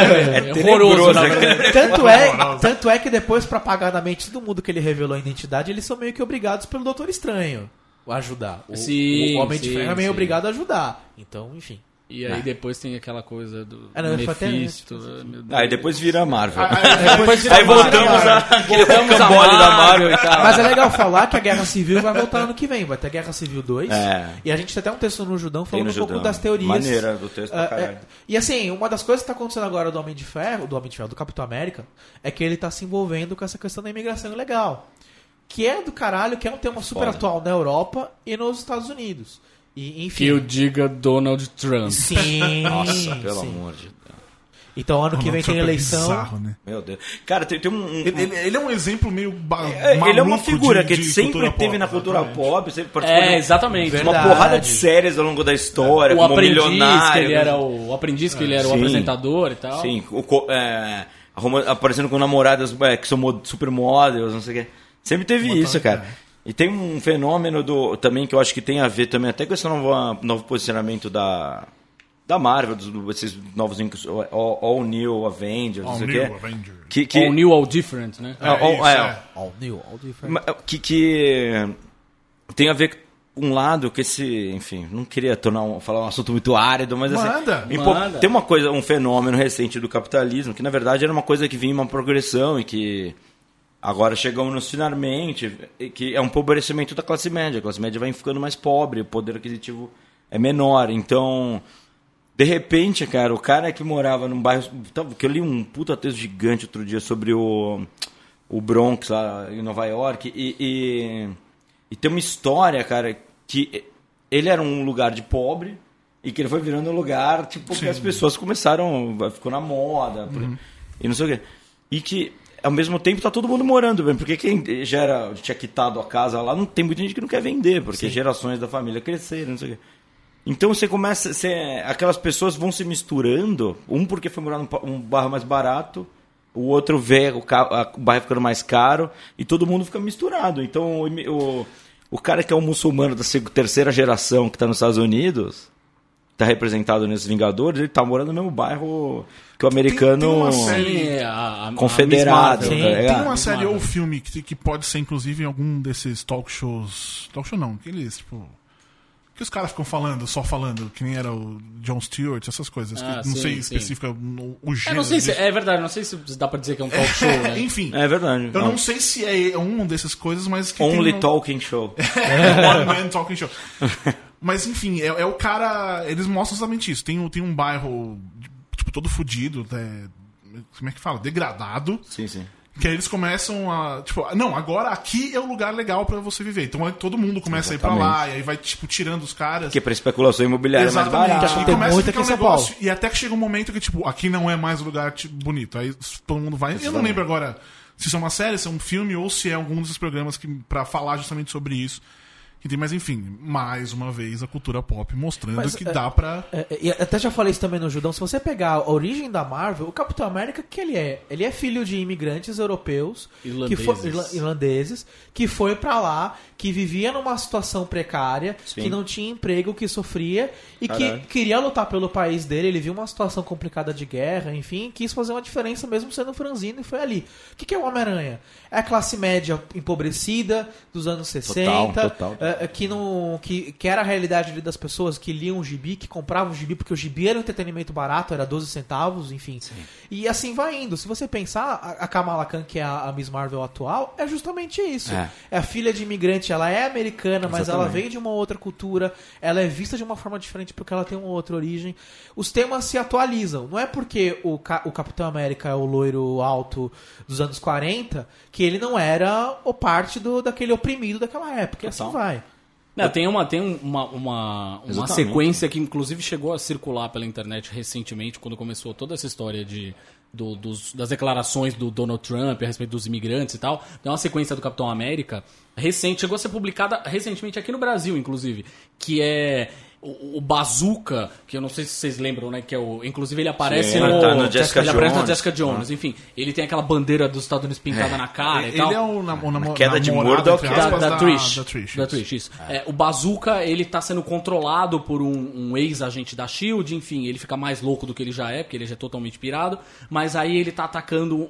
É horroroso, na verdade. Tanto é que depois, pra apagar na mente todo mundo que ele revelou a identidade, eles são meio que obrigados pelo Doutor Estranho a ajudar. O Homem de Ferro é meio obrigado a ajudar. Então, enfim. E aí depois tem aquela coisa do Mephisto. Aí depois vira a Marvel. Aí voltamos a mole da Marvel e tal. Mas é legal falar que a Guerra Civil vai voltar ano que vem. Vai ter a Guerra Civil 2. E a gente tem até um texto no Judão falando um pouco das teorias. Maneira do texto pra caralho. E assim, uma das coisas que tá acontecendo agora do Homem de Ferro, do Capitão América, é que ele tá se envolvendo com essa questão da imigração ilegal. Que é do caralho, que é um tema super atual na Europa e nos Estados Unidos. E, enfim. Que eu diga Donald Trump. Sim. Nossa, pelo amor de Deus. Então ano que vem tem eleição. Bizarro, né? Meu Deus. Cara, tem um... Ele é um exemplo meio ele é uma figura que sempre teve na cultura pop. Sempre participou exatamente. Uma porrada de séries ao longo da história, o como aprendiz, Milionário. que ele era o aprendiz, que ele era o apresentador e tal. Sim, aparecendo com namoradas que são supermodels, não sei o quê. Sempre teve isso, cara. E tem um fenômeno também que eu acho que tem a ver também até com esse novo posicionamento da Marvel, esses novos All New Avengers, não sei o quê. All New, All Different, né? All New, All Different. Que tem a ver com um lado que enfim, não queria falar um assunto muito árido, mas Manda. Tem uma coisa, um fenômeno recente do capitalismo, que na verdade era uma coisa que vinha em uma progressão e que agora chegamos finalmente, que é um empobrecimento da classe média. A classe média vai ficando mais pobre, o poder aquisitivo é menor. Então, de repente, cara, o cara que morava num bairro... Que eu li um puta texto gigante outro dia sobre o Bronx, lá em Nova York, e tem uma história, cara, que ele era um lugar de pobre e que ele foi virando um lugar, tipo, que as pessoas começaram... Ficou na moda, e não sei o quê. E que... Ao mesmo tempo tá todo mundo morando bem, porque quem tinha quitado a casa lá, não tem muita gente que não quer vender, porque gerações da família cresceram, não sei o quê. Então você começa, aquelas pessoas vão se misturando, porque foi morar num bairro mais barato, o outro vê o bairro ficando mais caro, e todo mundo fica misturado. Então o cara que é um muçulmano da terceira geração que está nos Estados Unidos, está representado nesses Vingadores, ele está morando no mesmo bairro que o americano tem uma série, confederado. Tem uma série ou filme que pode ser, inclusive, em algum desses talk shows. Talk show não, aqueles, tipo. Que os caras ficam só falando, que nem era o Jon Stewart, essas coisas. Não sei específica o gênero. Não sei se é verdade, não sei se dá pra dizer que é um talk show, né? Enfim. É verdade. Eu não sei se é um dessas coisas, mas que Only Talking Show. One Man Talking Show. Mas enfim, é o cara. Eles mostram exatamente isso. Tem um bairro, tipo, todo fudido, como é que fala? Degradado. Sim. Que aí eles começam a. Tipo, não, agora aqui é o lugar legal pra você viver. Então aí todo mundo começa a ir pra lá, e aí vai, tipo, tirando os caras. Porque pra especulação imobiliária é mais Exatamente. barato. E Tem começa a muito ficar um aqui em São Paulo. negócio. E até que chega um momento que, tipo, aqui não é mais o lugar bonito. Aí todo mundo vai. Eu não lembro agora se isso é uma série, se é um filme, ou se é algum desses programas pra falar justamente sobre isso. Mas enfim, mais uma vez a cultura pop mostrando que dá pra... E até já falei isso também no Judão. Se você pegar a origem da Marvel, o Capitão América, que ele é? Ele é filho de imigrantes europeus irlandeses, que foi pra lá, que vivia numa situação precária, que não tinha emprego, que sofria e que queria lutar pelo país dele. Ele viu uma situação complicada de guerra, enfim, quis fazer uma diferença mesmo sendo franzino e foi ali. O que é o Homem-Aranha? É a classe média empobrecida dos anos 60, Total. Que era a realidade ali das pessoas que liam o gibi, que compravam o gibi, porque o gibi era um entretenimento barato, era 12 centavos, enfim. Sim. E assim vai indo. Se você pensar, a Kamala Khan, que é a Miss Marvel atual, é justamente isso. É a filha de imigrante, ela é americana, mas ela veio de uma outra cultura, ela é vista de uma forma diferente porque ela tem uma outra origem. Os temas se atualizam. Não é porque o Capitão América é o loiro alto dos anos 40 que ele não era parte daquele oprimido daquela época. E assim vai. Não, tem uma sequência que inclusive chegou a circular pela internet recentemente, quando começou toda essa história das declarações do Donald Trump a respeito dos imigrantes e tal. Tem uma sequência do Capitão América recente, chegou a ser publicada recentemente aqui no Brasil, inclusive, que é o Bazooka, que eu não sei se vocês lembram, né? Que é inclusive ele aparece no Jessica Jones. Enfim, ele tem aquela bandeira dos Estados Unidos pintada na cara e tal. Ele é o queda de Murdoch da Trish, isso. O Bazooka, ele tá sendo controlado por um ex-agente da SHIELD, enfim, ele fica mais louco do que ele já é, porque ele já é totalmente pirado, mas aí ele tá atacando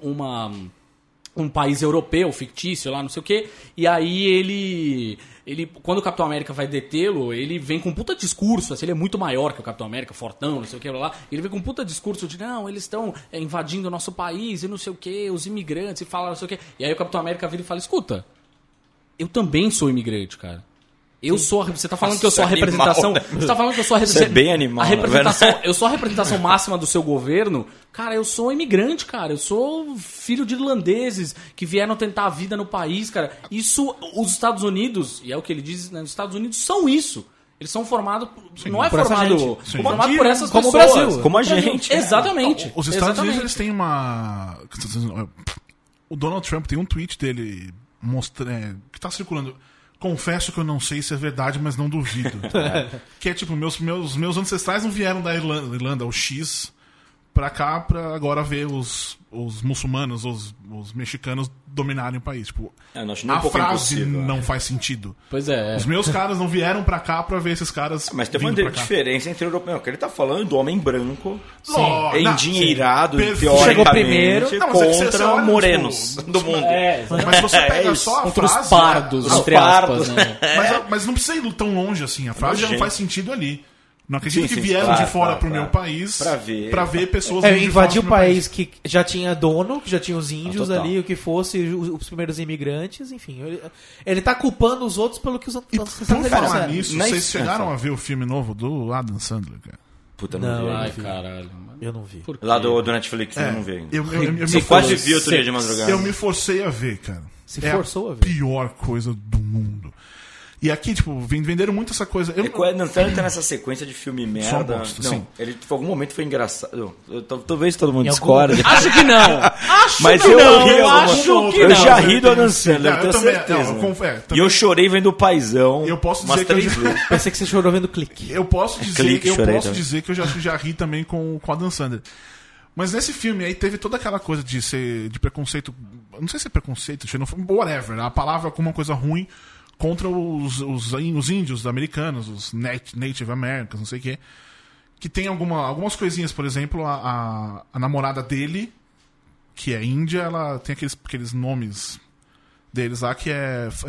um país europeu, fictício lá, não sei o quê, e aí ele quando o Capitão América vai detê-lo, ele vem com um puta discurso, assim, ele é muito maior que o Capitão América, fortão, não sei o que, lá, ele vem com um puta discurso de, não, eles estão invadindo o nosso país, e não sei o que, os imigrantes, e fala não sei o que, e aí o Capitão América vira e fala, escuta, eu também sou imigrante, cara. Você tá falando que eu sou a representação. Animal, né? Você tá falando que eu sou a representação. Isso é bem animal. Eu sou a representação máxima do seu governo. Cara, eu sou imigrante, cara. Eu sou filho de irlandeses que vieram tentar a vida no país, cara. Isso, os Estados Unidos, e é o que ele diz, né? Os Estados Unidos são isso. Eles são formados. Não é formado por essas como pessoas. O Brasil. Como a gente. Exatamente. Os Estados Unidos, eles têm uma. O Donald Trump tem um tweet dele que tá circulando. Confesso que eu não sei se é verdade, mas não duvido. Que é tipo, meus ancestrais não vieram da Irlanda, o X, pra cá pra agora ver os muçulmanos, os mexicanos dominarem o país. Tipo, a frase não faz sentido. Pois é. Os meus caras não vieram pra cá pra ver esses caras. Mas tem uma diferença entre o europeu. Que ele tá falando do homem branco, Endinheirado, endinheirado, teoricamente, chegou primeiro contra morenos do mundo. Mas você pega só a contra frase. Os pardos, entre aspas, né? Mas não precisa ir tão longe assim. A frase já não faz sentido ali. Não acredito que vieram de fora pro meu país pra ver pessoas... invadir o país que já tinha dono, que já tinha os índios ali, o que fosse, os primeiros imigrantes, enfim. Ele tá culpando os outros pelo que os outros fizeram. Por falar nisso, vocês chegaram a ver o filme novo do Adam Sandler, cara? Puta, não vi. Ai, caralho. Eu não vi. Lá do Netflix, eu não vi. Eu quase vi outro dia de madrugada. Eu me forcei a ver, cara. Se forçou a ver. Pior coisa do mundo. E aqui, tipo, venderam muito essa coisa. Não tá nessa sequência de filme merda. Não, ele, tipo, algum momento foi engraçado. Talvez todo mundo discorde. Acho que não. Mas eu acho que eu já ri do Adam Sandler, eu tenho certeza. E eu chorei vendo o Paizão. Eu posso dizer que pensei que você chorou vendo Clique. Eu posso dizer que eu já ri também com o Adam Sandler. Mas nesse filme aí teve toda aquela coisa de preconceito. Não sei se é preconceito, whatever. A palavra como uma coisa ruim contra os índios americanos, os Native Americans, não sei o quê. Que tem algumas coisinhas, por exemplo, a namorada dele, que é índia, ela tem aqueles nomes deles lá que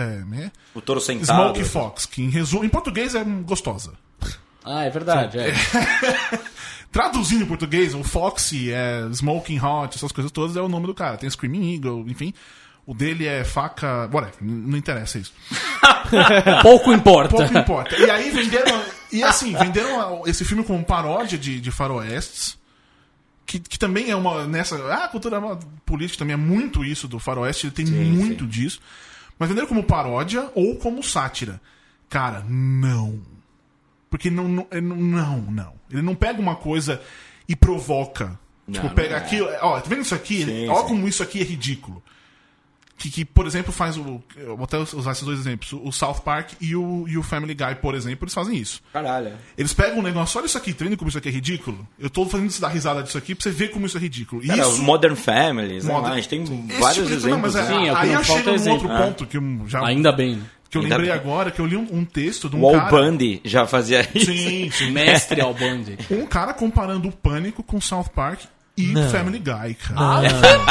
o touro sentado. Smoky Fox, que em português é gostosa. Ah, é verdade, Traduzindo em português, o Foxy, Smoking Hot, essas coisas todas é o nome do cara. Tem Screaming Eagle, enfim. O dele é faca... Whatever, não interessa isso. Pouco importa. Pouco importa. E aí venderam esse filme como paródia de faroestes, que também é uma... a cultura política também é muito isso do faroeste, ele tem muito disso. Mas venderam como paródia ou como sátira. Cara, não. Porque não. Ele não pega uma coisa e provoca. Tipo, pega aqui... Ó, tá vendo isso aqui? Olha como isso aqui é ridículo. Que, por exemplo, faz o... Eu vou até usar esses dois exemplos. O South Park e o Family Guy, por exemplo, eles fazem isso. Caralho. Eles pegam um negócio, olha isso aqui, tá vendo como isso aqui é ridículo? Eu tô fazendo você dar risada disso aqui pra você ver como isso é ridículo. Cara, isso... Modern Families, a gente tem vários exemplos. Mas Sim, aí eu chego num exemplo. outro ponto que eu já... Ainda bem. Que eu lembrei agora, que eu li um texto de um o cara... Al Bundy já fazia isso. Sim. Mestre Al Bundy. Um cara comparando o Pânico com South Park e Family Guy, cara.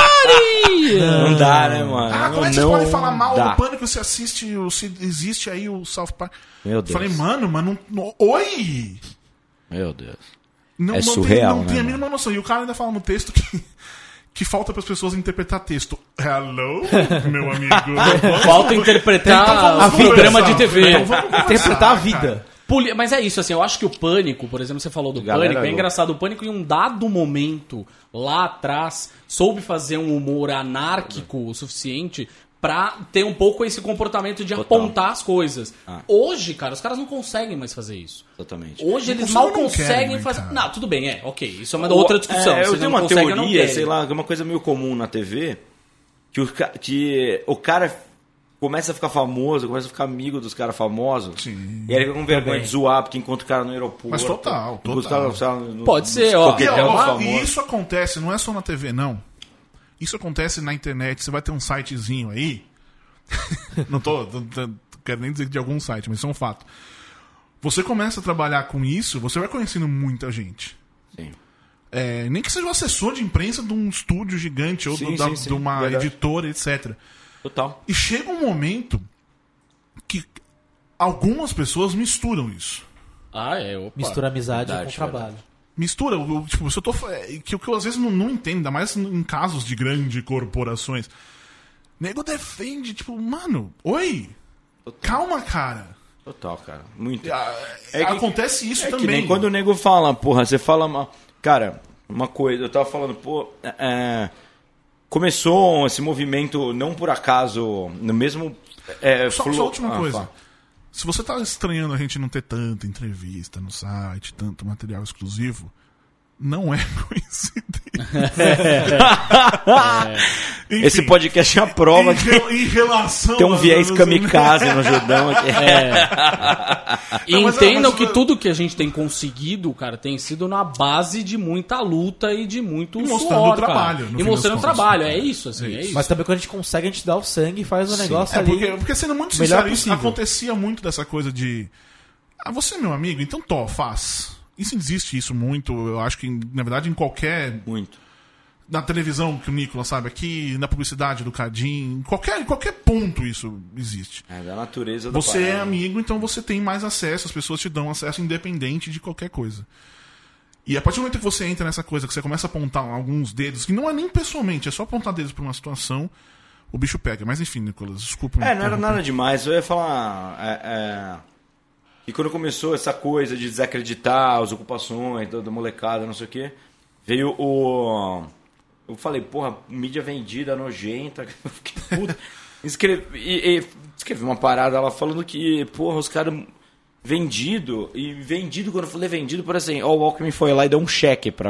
Não dá, né, mano? Como é que vocês podem falar mal dá. do Pânico se existe aí o South Park? Meu Deus. Falei, mano, oi! Meu Deus. Não surreal, não tem né, a mínima noção. E o cara ainda fala no texto que falta para as pessoas interpretar texto. Hello, meu amigo. Falta interpretar Então a programa de TV. Então vamos conversar, Interpretar a cara. vida. Mas é isso, assim, eu acho que o Pânico, por exemplo, você falou do Galera, Pânico, é engraçado, o Pânico em um dado momento, lá atrás, soube fazer um humor anárquico o suficiente pra ter um pouco esse comportamento de apontar as coisas. Hoje, cara, os caras não conseguem mais fazer isso. Exatamente. Hoje eles Não mal querem, conseguem né, fazer... cara? Não, tudo bem, ok, isso é uma outra discussão. Eu Vocês tenho não uma conseguem, não teoria, querem. sei lá, uma coisa meio comum na TV, que o cara começa a ficar famoso, começa a ficar amigo dos caras famosos. Sim. E aí ele fica com vergonha de zoar, porque encontra o cara no aeroporto. Mas total. encontra o cara, sei lá, Pode ser, ó. E isso acontece, não é só na TV, não. Isso acontece na internet. Você vai ter um sitezinho aí. não quero nem dizer de algum site, mas isso é um fato. Você começa a trabalhar com isso, você vai conhecendo muita gente. Sim. Nem que seja um assessor de imprensa de um estúdio gigante ou Sim, de uma verdade. editora, etc. Total. E chega um momento que algumas pessoas misturam isso. Opa. Mistura amizade Verdade, com trabalho. Mistura, tipo, se eu tô. Que eu às vezes não entendo, ainda mais em casos de grandes corporações. Nego defende, tipo, mano, oi! Calma, cara. Total, cara. Muito. Acontece isso também. Que nem quando o nego fala, porra, você fala... Cara, uma coisa, eu tava falando, começou esse movimento, não por acaso, no mesmo... Só a última coisa. Fala. Se você tá estranhando a gente não ter tanta entrevista no site, tanto material exclusivo, não é coincidência. Enfim, Esse podcast é a prova que em relação tem um a- viés kamikaze no Judão aqui. E Não, mas- entendam mas- que tudo que a gente tem conseguido, cara, tem sido na base de muita luta e de muito E mostrando suor, o trabalho, cara. no E fim mostrando o das contas. trabalho, é isso, assim, é isso. Mas também quando a gente consegue, a gente dá o sangue e faz o negócio ali. Porque sendo muito melhor sincero, isso possível. acontecia muito dessa coisa de... você é meu amigo, então faz. Isso existe isso muito, eu acho que, na verdade, em qualquer... Muito. Na televisão, que o Nicolas sabe aqui, na publicidade do Cardim, em qualquer ponto isso existe. É da natureza da Você é parada. amigo, então você tem mais acesso, as pessoas te dão acesso independente de qualquer coisa. E a partir do momento que você entra nessa coisa, que você começa a apontar alguns dedos, que não é nem pessoalmente, é só apontar dedos pra uma situação, o bicho pega. Mas enfim, Nicolas, desculpa. Não era nada demais. Eu ia falar... E quando começou essa coisa de desacreditar as ocupações da molecada, não sei o quê, veio o... Eu falei, porra, mídia vendida, nojenta. Eu fiquei puto. Escrevi uma parada lá falando que, porra, os caras... Vendido, e vendido, quando eu falei vendido, parece assim, o Alckmin foi lá e deu um cheque pra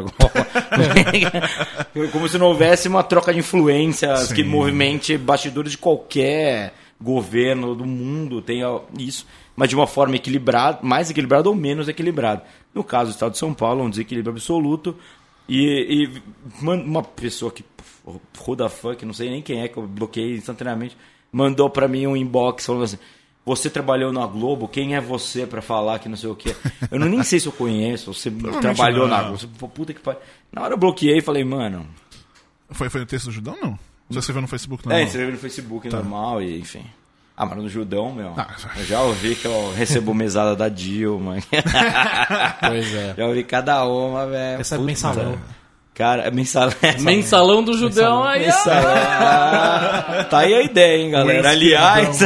como se não houvesse uma troca de influências que movimente bastidores de qualquer governo do mundo, tenha isso, mas de uma forma equilibrada, mais equilibrada ou menos equilibrada. No caso do Estado de São Paulo, um desequilíbrio absoluto, e uma pessoa que, who the fuck, não sei nem quem é, que eu bloqueei instantaneamente, mandou pra mim um inbox falando assim: você trabalhou na Globo, quem é você pra falar que não sei o quê? Eu nem sei se eu conheço, você trabalhou na Globo. Puta que pariu. Na hora eu bloqueei e falei, mano... Foi o texto do Judão, não? Você escreveu no Facebook, não? escrevi no Facebook normal e enfim. Mas no Judão, meu, Ah, eu já ouvi que eu recebo mesada da Dilma. Pois é. Já ouvi cada uma, velho. Recebe Puta, mensalão. Cara, é Mensalão do Judão aí, ó. Tá aí a ideia, hein, galera? Aliás,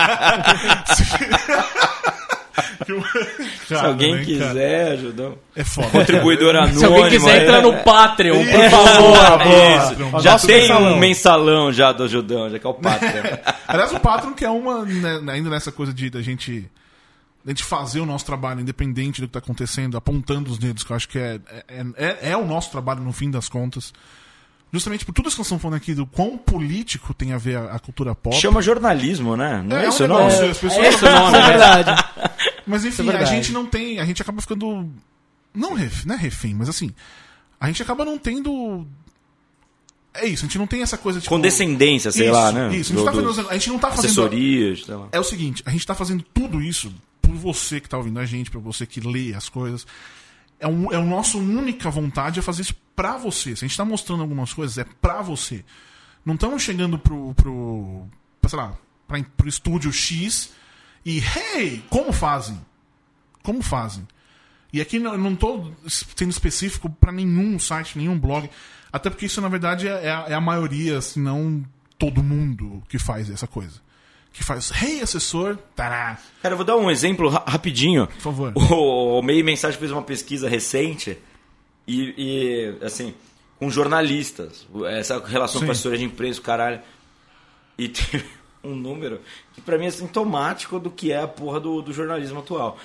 se alguém quiser, Judão. É foda. Contribuidor anônimo. Se alguém quiser, entra no Patreon, por favor. Já tem um mensalão já do Judão, já que é o Patreon. Aliás, o Patreon que é uma, né, ainda nessa coisa de da gente fazer o nosso trabalho independente do que está acontecendo, apontando os dedos, que eu acho que é o nosso trabalho no fim das contas. Justamente por tudo isso que nós estamos falando aqui, do quão político tem a ver a cultura pop. Chama jornalismo, né? Não é isso, um não? negócio, as pessoas não- É verdade. Mas enfim, Isso é a verdade. gente não tem. A gente acaba ficando. Não é refém, mas assim. A gente acaba não tendo. É isso, a gente não tem essa coisa tipo. Condescendência, sei lá, né? Isso, a gente não tá fazendo. Assessorias, sei lá. É o seguinte, a gente tá fazendo tudo isso por você que tá ouvindo a gente, por você que lê as coisas. É a nossa única vontade é fazer isso pra você. Se a gente tá mostrando algumas coisas, é pra você. Não estamos chegando pro estúdio X e, hey, como fazem? Como fazem? E aqui eu não tô sendo específico pra nenhum site, nenhum blog, até porque isso, na verdade, é a maioria, se não todo mundo que faz essa coisa. Que faz, hey, assessor, tará. Cara, eu vou dar um exemplo rapidinho. Por favor. O Meio Mensagem fez uma pesquisa recente e assim, com jornalistas. Essa relação Sim. com a assessoria de empresa, caralho. E tem um número que pra mim é sintomático do que é a porra do jornalismo atual.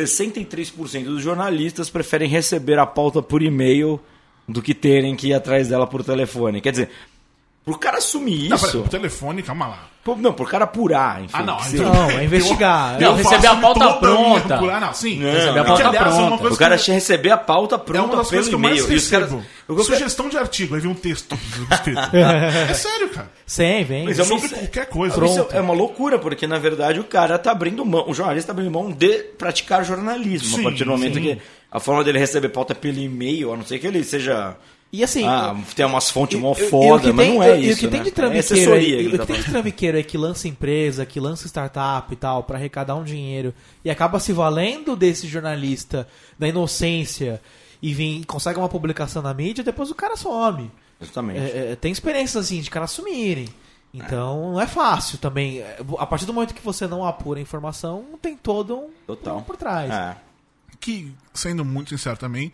63% dos jornalistas preferem receber a pauta por e-mail do que terem que ir atrás dela por telefone. Quer dizer, pro cara assumir Não, isso... peraí, o telefone, calma lá. Não, pro cara apurar, enfim. Ah, não. que Então, Não, é investigar. Não, receber a pauta toda a minha pronta. procura- não, sim. Receber a Que, pauta aliás, é uma pronta. coisa O cara que- receber a pauta é uma pronta das coisas que pelo eu mais e-mail. E os caras... recebo. Sugestão de artigo, aí vem um texto escrito. É sério, cara. Sim, vem. Mas é uma- Sobre qualquer coisa. Isso é uma loucura, porque na verdade o cara tá abrindo mão, o jornalista tá abrindo mão de praticar jornalismo. Sim, a partir do momento sim. que a forma dele receber pauta pelo e-mail, a não ser que ele seja... E assim, tem umas fontes mó e o foda, que mas tem- não é e o isso, que tem né? de É trambiqueiro assessoria aí- que o ele que tá tem de fazendo. trambiqueiro é que lança empresa, que lança startup e tal, pra arrecadar um dinheiro e acaba se valendo desse jornalista da inocência e consegue uma publicação na mídia, depois o cara some. Justamente. Tem experiências assim de caras sumirem. Então não é fácil também. A partir do momento que você não apura a informação, tem todo Total. um por trás. Que, sendo muito sincero também,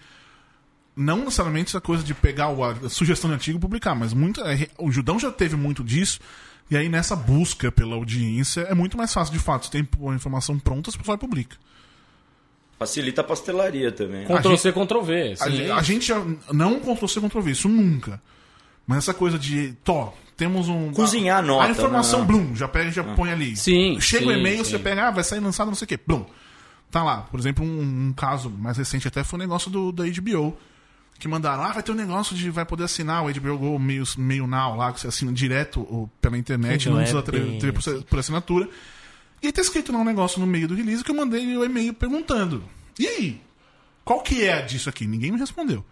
não necessariamente essa coisa de pegar a sugestão de artigo e publicar, mas o Judão já teve muito disso, e aí nessa busca pela audiência é muito mais fácil, de fato. Você tem a informação pronta, você só publica. Facilita a pastelaria também. Ctrl-C, Ctrl-V. sim. A gente já não Ctrl-C, Ctrl-V, isso nunca. Mas essa coisa de, temos Cozinhar a nota, a informação, né? Blum, já pega e já põe ali. Sim, Chega o sim, e-mail, sim. você pega, vai sair lançado, não sei o quê. Blum. Tá lá. Por exemplo, um caso mais recente até foi o negócio da HBO. Que mandaram, vai ter um negócio de vai poder assinar o HBO Go meio now lá, que você assina direto pela internet, Que não não precisa é bem ter por assinatura. E aí tá escrito lá um negócio no meio do release que eu mandei o e-mail perguntando. E aí? Qual que é disso aqui? Ninguém me respondeu.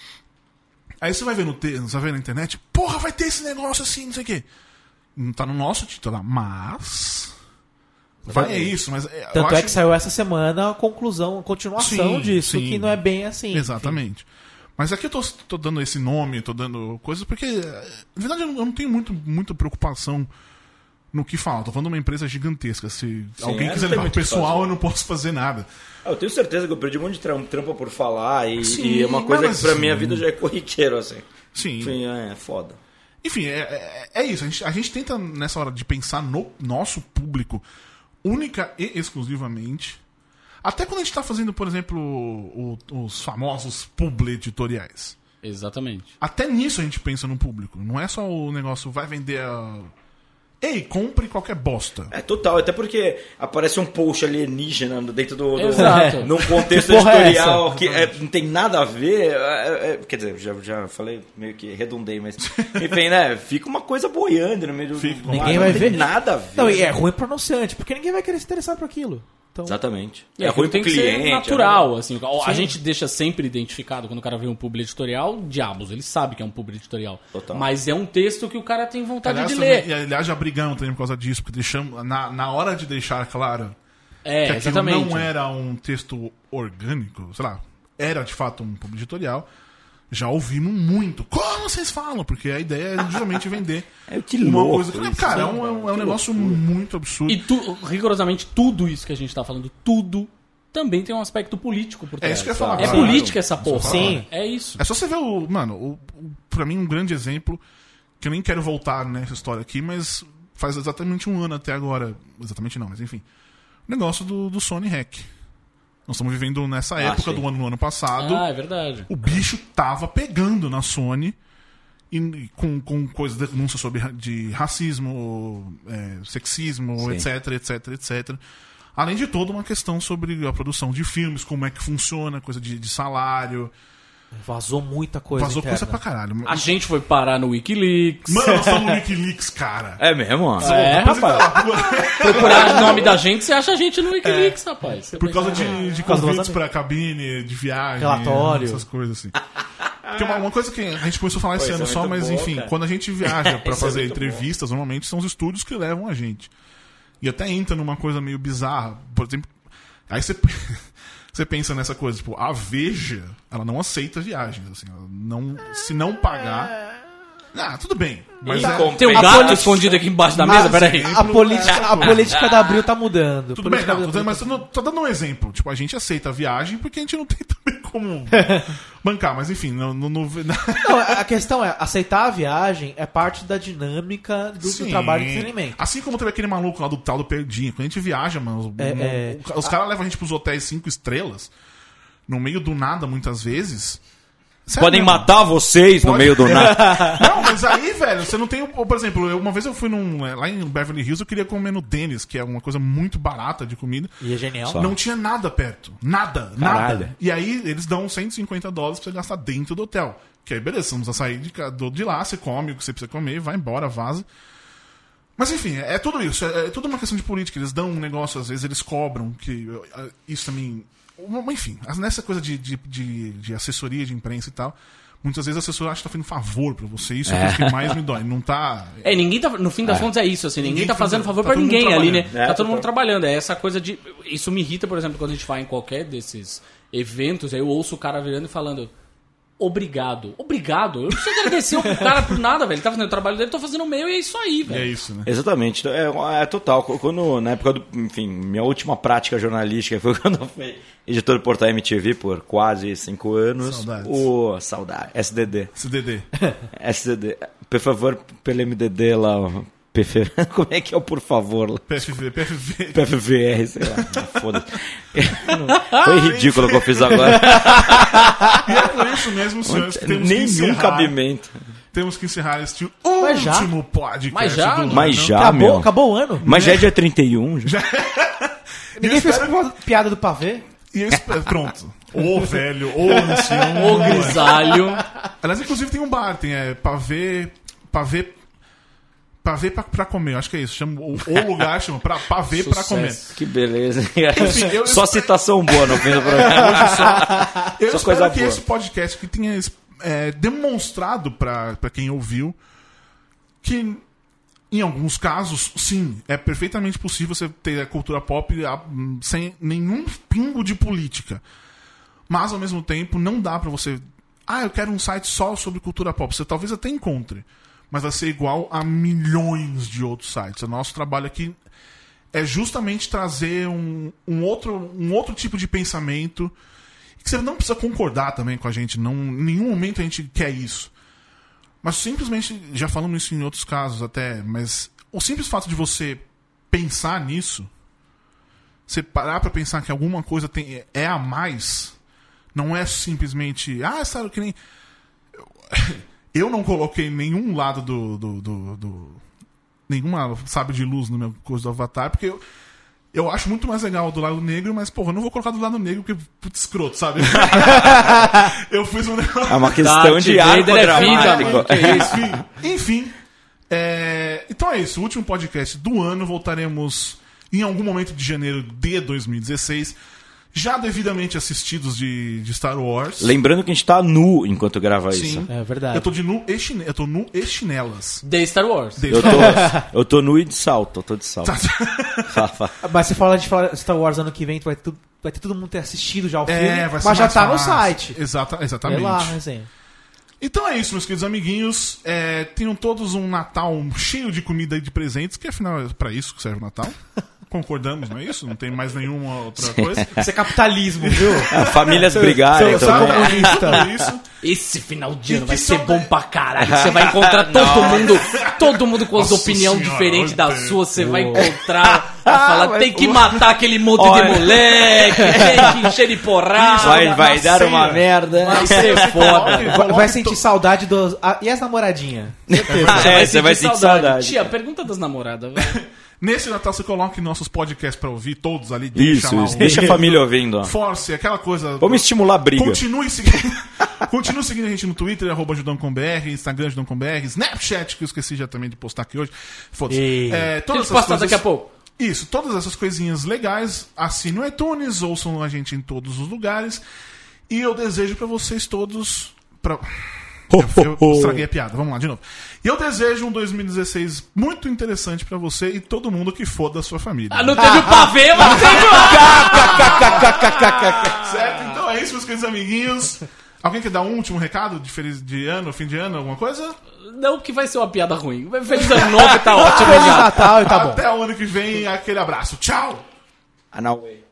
Aí você vai ver você vai ver na internet, porra, vai ter esse negócio assim, não sei o quê. Não tá no nosso título lá, mas... É isso, mas... Tanto é que saiu essa semana a continuação Sim, disso, sim. que não é bem assim. Exatamente. Mas aqui eu tô dando esse nome, tô dando coisas, porque, na verdade, eu não tenho muita preocupação no que falar. Tô falando de uma empresa gigantesca. Se alguém não quiser tem levar muito pro o que pessoal, fazer. eu não posso fazer nada. Eu tenho certeza que eu perdi um monte de trampa por falar Sim, e é uma coisa mas que pra sim. minha vida já é corriqueiro, assim. Sim. Enfim, é foda. Enfim, é isso. A gente tenta, nessa hora de pensar no nosso público, única e exclusivamente. Até quando a gente tá fazendo, por exemplo, os famosos publi editoriais. Exatamente. Até nisso a gente pensa no público. Não é só o negócio, vai vender a... Ei, compre qualquer bosta. É total, até porque aparece um post alienígena dentro do Exato. num contexto Porra é editorial essa? que não tem nada a ver. Quer dizer, já falei meio que redundei, mas enfim, né? Fica uma coisa boiando no meio do. Ninguém não vai tem ver. nada a ver. Não, e é ruim pro anunciante, porque ninguém vai querer se interessar por aquilo. Então, Exatamente. E É aquilo ruim pro tem que cliente. ser natural, assim. A gente deixa sempre identificado quando o cara vê um publi editorial, diabos, ele sabe que é um publi editorial. Total. Mas é um texto que o cara tem vontade Aliás, de ler. aliás, já brigamos também por causa disso, porque deixamos, na hora de deixar claro que aquilo Exatamente. não era um texto orgânico, sei lá, era de fato um publi editorial, Já ouvimos muito. Como vocês falam? Porque a ideia é justamente vender Que uma louco coisa. isso. Cara, é um negócio muito absurdo. E rigorosamente tudo isso que a gente tá falando, tudo também tem um aspecto político por trás. É isso que eu ia falar É agora. política essa porra. Sim. É isso. É só você ver pra mim, um grande exemplo, que eu nem quero voltar nessa história aqui, mas faz exatamente um ano até agora. Exatamente não, mas enfim. O negócio do Sony Hack. Nós estamos vivendo nessa época sim. do ano passado. É verdade. O bicho tava pegando na Sony e com coisas, denúncias sobre de racismo, sexismo, Sim. etc. Além de toda uma questão sobre a produção de filmes, como é que funciona, coisa de salário. Vazou muita coisa. Vazou interna. coisa pra caralho. A gente foi parar no Wikileaks. Mano, nós estamos no Wikileaks, cara. É mesmo? Rapaz. Procurar o nome da gente, você acha a gente no Wikileaks, rapaz. Você Por causa pensa, de causa do convites vazamento. pra cabine, de viagem. Relatório. Essas coisas assim. Porque uma coisa que a gente começou a falar esse Pô, ano isso é só, muito mas bom, enfim, cara. quando a gente viaja pra Isso é fazer muito entrevistas, normalmente são os estúdios que levam a gente. E até entra numa coisa meio bizarra. Por exemplo, aí você pensa nessa coisa, tipo, a Veja, ela não aceita viagens, assim, ela não, se não pagar... tudo bem, mas Tem um gato escondido aqui embaixo da mesa, peraí. A política da Abril tá mudando. Tudo bem, mas tô dando um exemplo. Tipo, a gente aceita a viagem porque a gente não tem também como bancar, mas enfim, Não, a questão é, aceitar a viagem é parte da dinâmica do Sim. trabalho de entretenimento. Assim como teve aquele maluco lá do tal do Perdinha. Quando a gente viaja, mano, os caras levam a gente pros hotéis 5 estrelas, no meio do nada, muitas vezes. Sério Podem mesmo. matar vocês no meio do nada. Não, mas aí, velho, você não tem... Por exemplo, uma vez eu fui lá em Beverly Hills, eu queria comer no Dennis, que é uma coisa muito barata de comida. E é genial. Só. Não tinha nada perto. Nada. Caralho. E aí eles dão $150 pra você gastar dentro do hotel. Que aí, beleza, vamos sair de lá, você come o que você precisa comer, vai embora, vaza. Mas enfim, é tudo isso. É tudo uma questão de política. Eles dão um negócio, às vezes eles cobram, que isso também... Enfim, nessa coisa de assessoria de imprensa e tal, muitas vezes a assessora acha que tá fazendo favor pra você. Isso é a coisa que mais me dói. Não tá... Ninguém tá. No fim das contas é isso, assim, ninguém tá fazendo favor tá pra todo mundo ninguém ali, né? trabalhando. Tá todo mundo trabalhando. É essa coisa de. Isso me irrita, por exemplo, quando a gente vai em qualquer desses eventos, aí eu ouço o cara virando e falando. Obrigado. Obrigado. Eu não preciso agradecer o cara por nada, velho. Ele tá fazendo o trabalho dele, tô fazendo o meu e é isso aí, É velho. isso, né? Exatamente. É total. Quando, na época do... Enfim, minha última prática jornalística foi quando eu fui editor do Portal MTV por quase 5 anos. Saudades. Saudade. SDD. CDD. SDD. Por favor, pelo MDD lá... Como é que é o por favor? PFV. PFVR, sei lá. Foda-se. Foi ridículo o que eu fiz agora. E é por isso mesmo, senhores, que temos que Nenhum encerrar. cabimento. Temos que encerrar este Mas já? último podcast Mas já? do ano. Mas já, meu. Acabou o ano. Mas já é dia 31. Já. Ninguém fez piada do pavê. E eu espero... Pronto. Ô velho, ô ancião. O grisalho. Aliás, inclusive tem um bar, tem pavê pra comer, acho que é isso. Chama, o lugar chama pavê pra comer. Que beleza. Enfim, Só citação boa no fim do programa. Eu Só espero coisa que boa. esse podcast que tenha demonstrado pra quem ouviu que, em alguns casos, sim, é perfeitamente possível você ter a cultura pop sem nenhum pingo de política. Mas, ao mesmo tempo, não dá pra você... eu quero um site só sobre cultura pop. Você talvez até encontre, mas vai ser igual a milhões de outros sites. O nosso trabalho aqui é justamente trazer um outro tipo de pensamento que você não precisa concordar também com a gente. Não, em nenhum momento a gente quer isso. Mas simplesmente, já falamos isso em outros casos até, mas o simples fato de você pensar nisso, você parar pra pensar que alguma coisa é a mais, não é simplesmente... sabe que nem... Eu não coloquei nenhum lado nenhuma sabre de luz no meu coisa do Avatar, porque eu acho muito mais legal do lado negro, mas, porra, eu não vou colocar do lado negro porque, putz, escroto, sabe? Eu fiz um negócio... É uma questão de Darth arco Vader é vida, dramático. mano. Que isso? Enfim. Então é isso. O último podcast do ano. Voltaremos em algum momento de janeiro de 2016. Já devidamente assistidos de Star Wars. Lembrando que a gente tá nu enquanto grava isso. Sim. É verdade. Eu tô nu e chinelas. The Star Wars. Eu tô nu e de salto. Eu tô de salto. Mas você fala de Star Wars ano que vem, vai ter todo mundo ter assistido já o filme, Vai ser mas já mais tá no fácil. site. Exatamente. É lá, resenha. Então é isso, meus queridos amiguinhos. Tenham todos um Natal cheio de comida e de presentes, que afinal é pra isso que serve o Natal. Concordamos, não é isso? Não tem mais nenhuma outra coisa. Isso é capitalismo, viu? Famílias brigarem. Sou comunista. Isso. Esse final de ano E vai que ser são- bom pra caralho. Você vai encontrar todo mundo com as Nossa opiniões senhora, diferentes da olha. sua. Você vai encontrar. Vai falar, tem que matar aquele monte de Olha. moleque, tem que encher de porrada. Vai dar uma ceia. merda. Vai ser foda. Vai sentir saudade dos... e as namoradinhas? Você vai sentir saudade. Tia, pergunta das namoradas, vai. Nesse Natal você coloque nossos podcasts pra ouvir, todos ali. Isso. lá Deixa a família ouvindo, ó. Force, aquela coisa. Vamos estimular a briga. Continue seguindo. Continue seguindo a gente no Twitter, @judão.com.br, Instagram judão.com.br, Snapchat, que eu esqueci já também de postar aqui hoje. Foda-se. Ei. Todas Tem que postar daqui a pouco. Isso, todas essas coisinhas legais. Assine o iTunes, ouçam a gente em todos os lugares. E eu desejo pra vocês todos. Eu estraguei a piada, vamos lá de novo. E eu desejo um 2016 muito interessante pra você e todo mundo que for da sua família. Ah, não teve o pavê, mas teve Certo? Então é isso, meus queridos amiguinhos. Alguém quer dar um último recado de feliz de ano, fim de ano, alguma coisa? Não que vai ser uma piada ruim. Feliz ano novo, tá ótimo. Feliz já. Natal e tá bom. Até o ano que vem, aquele abraço. Tchau! Anauê.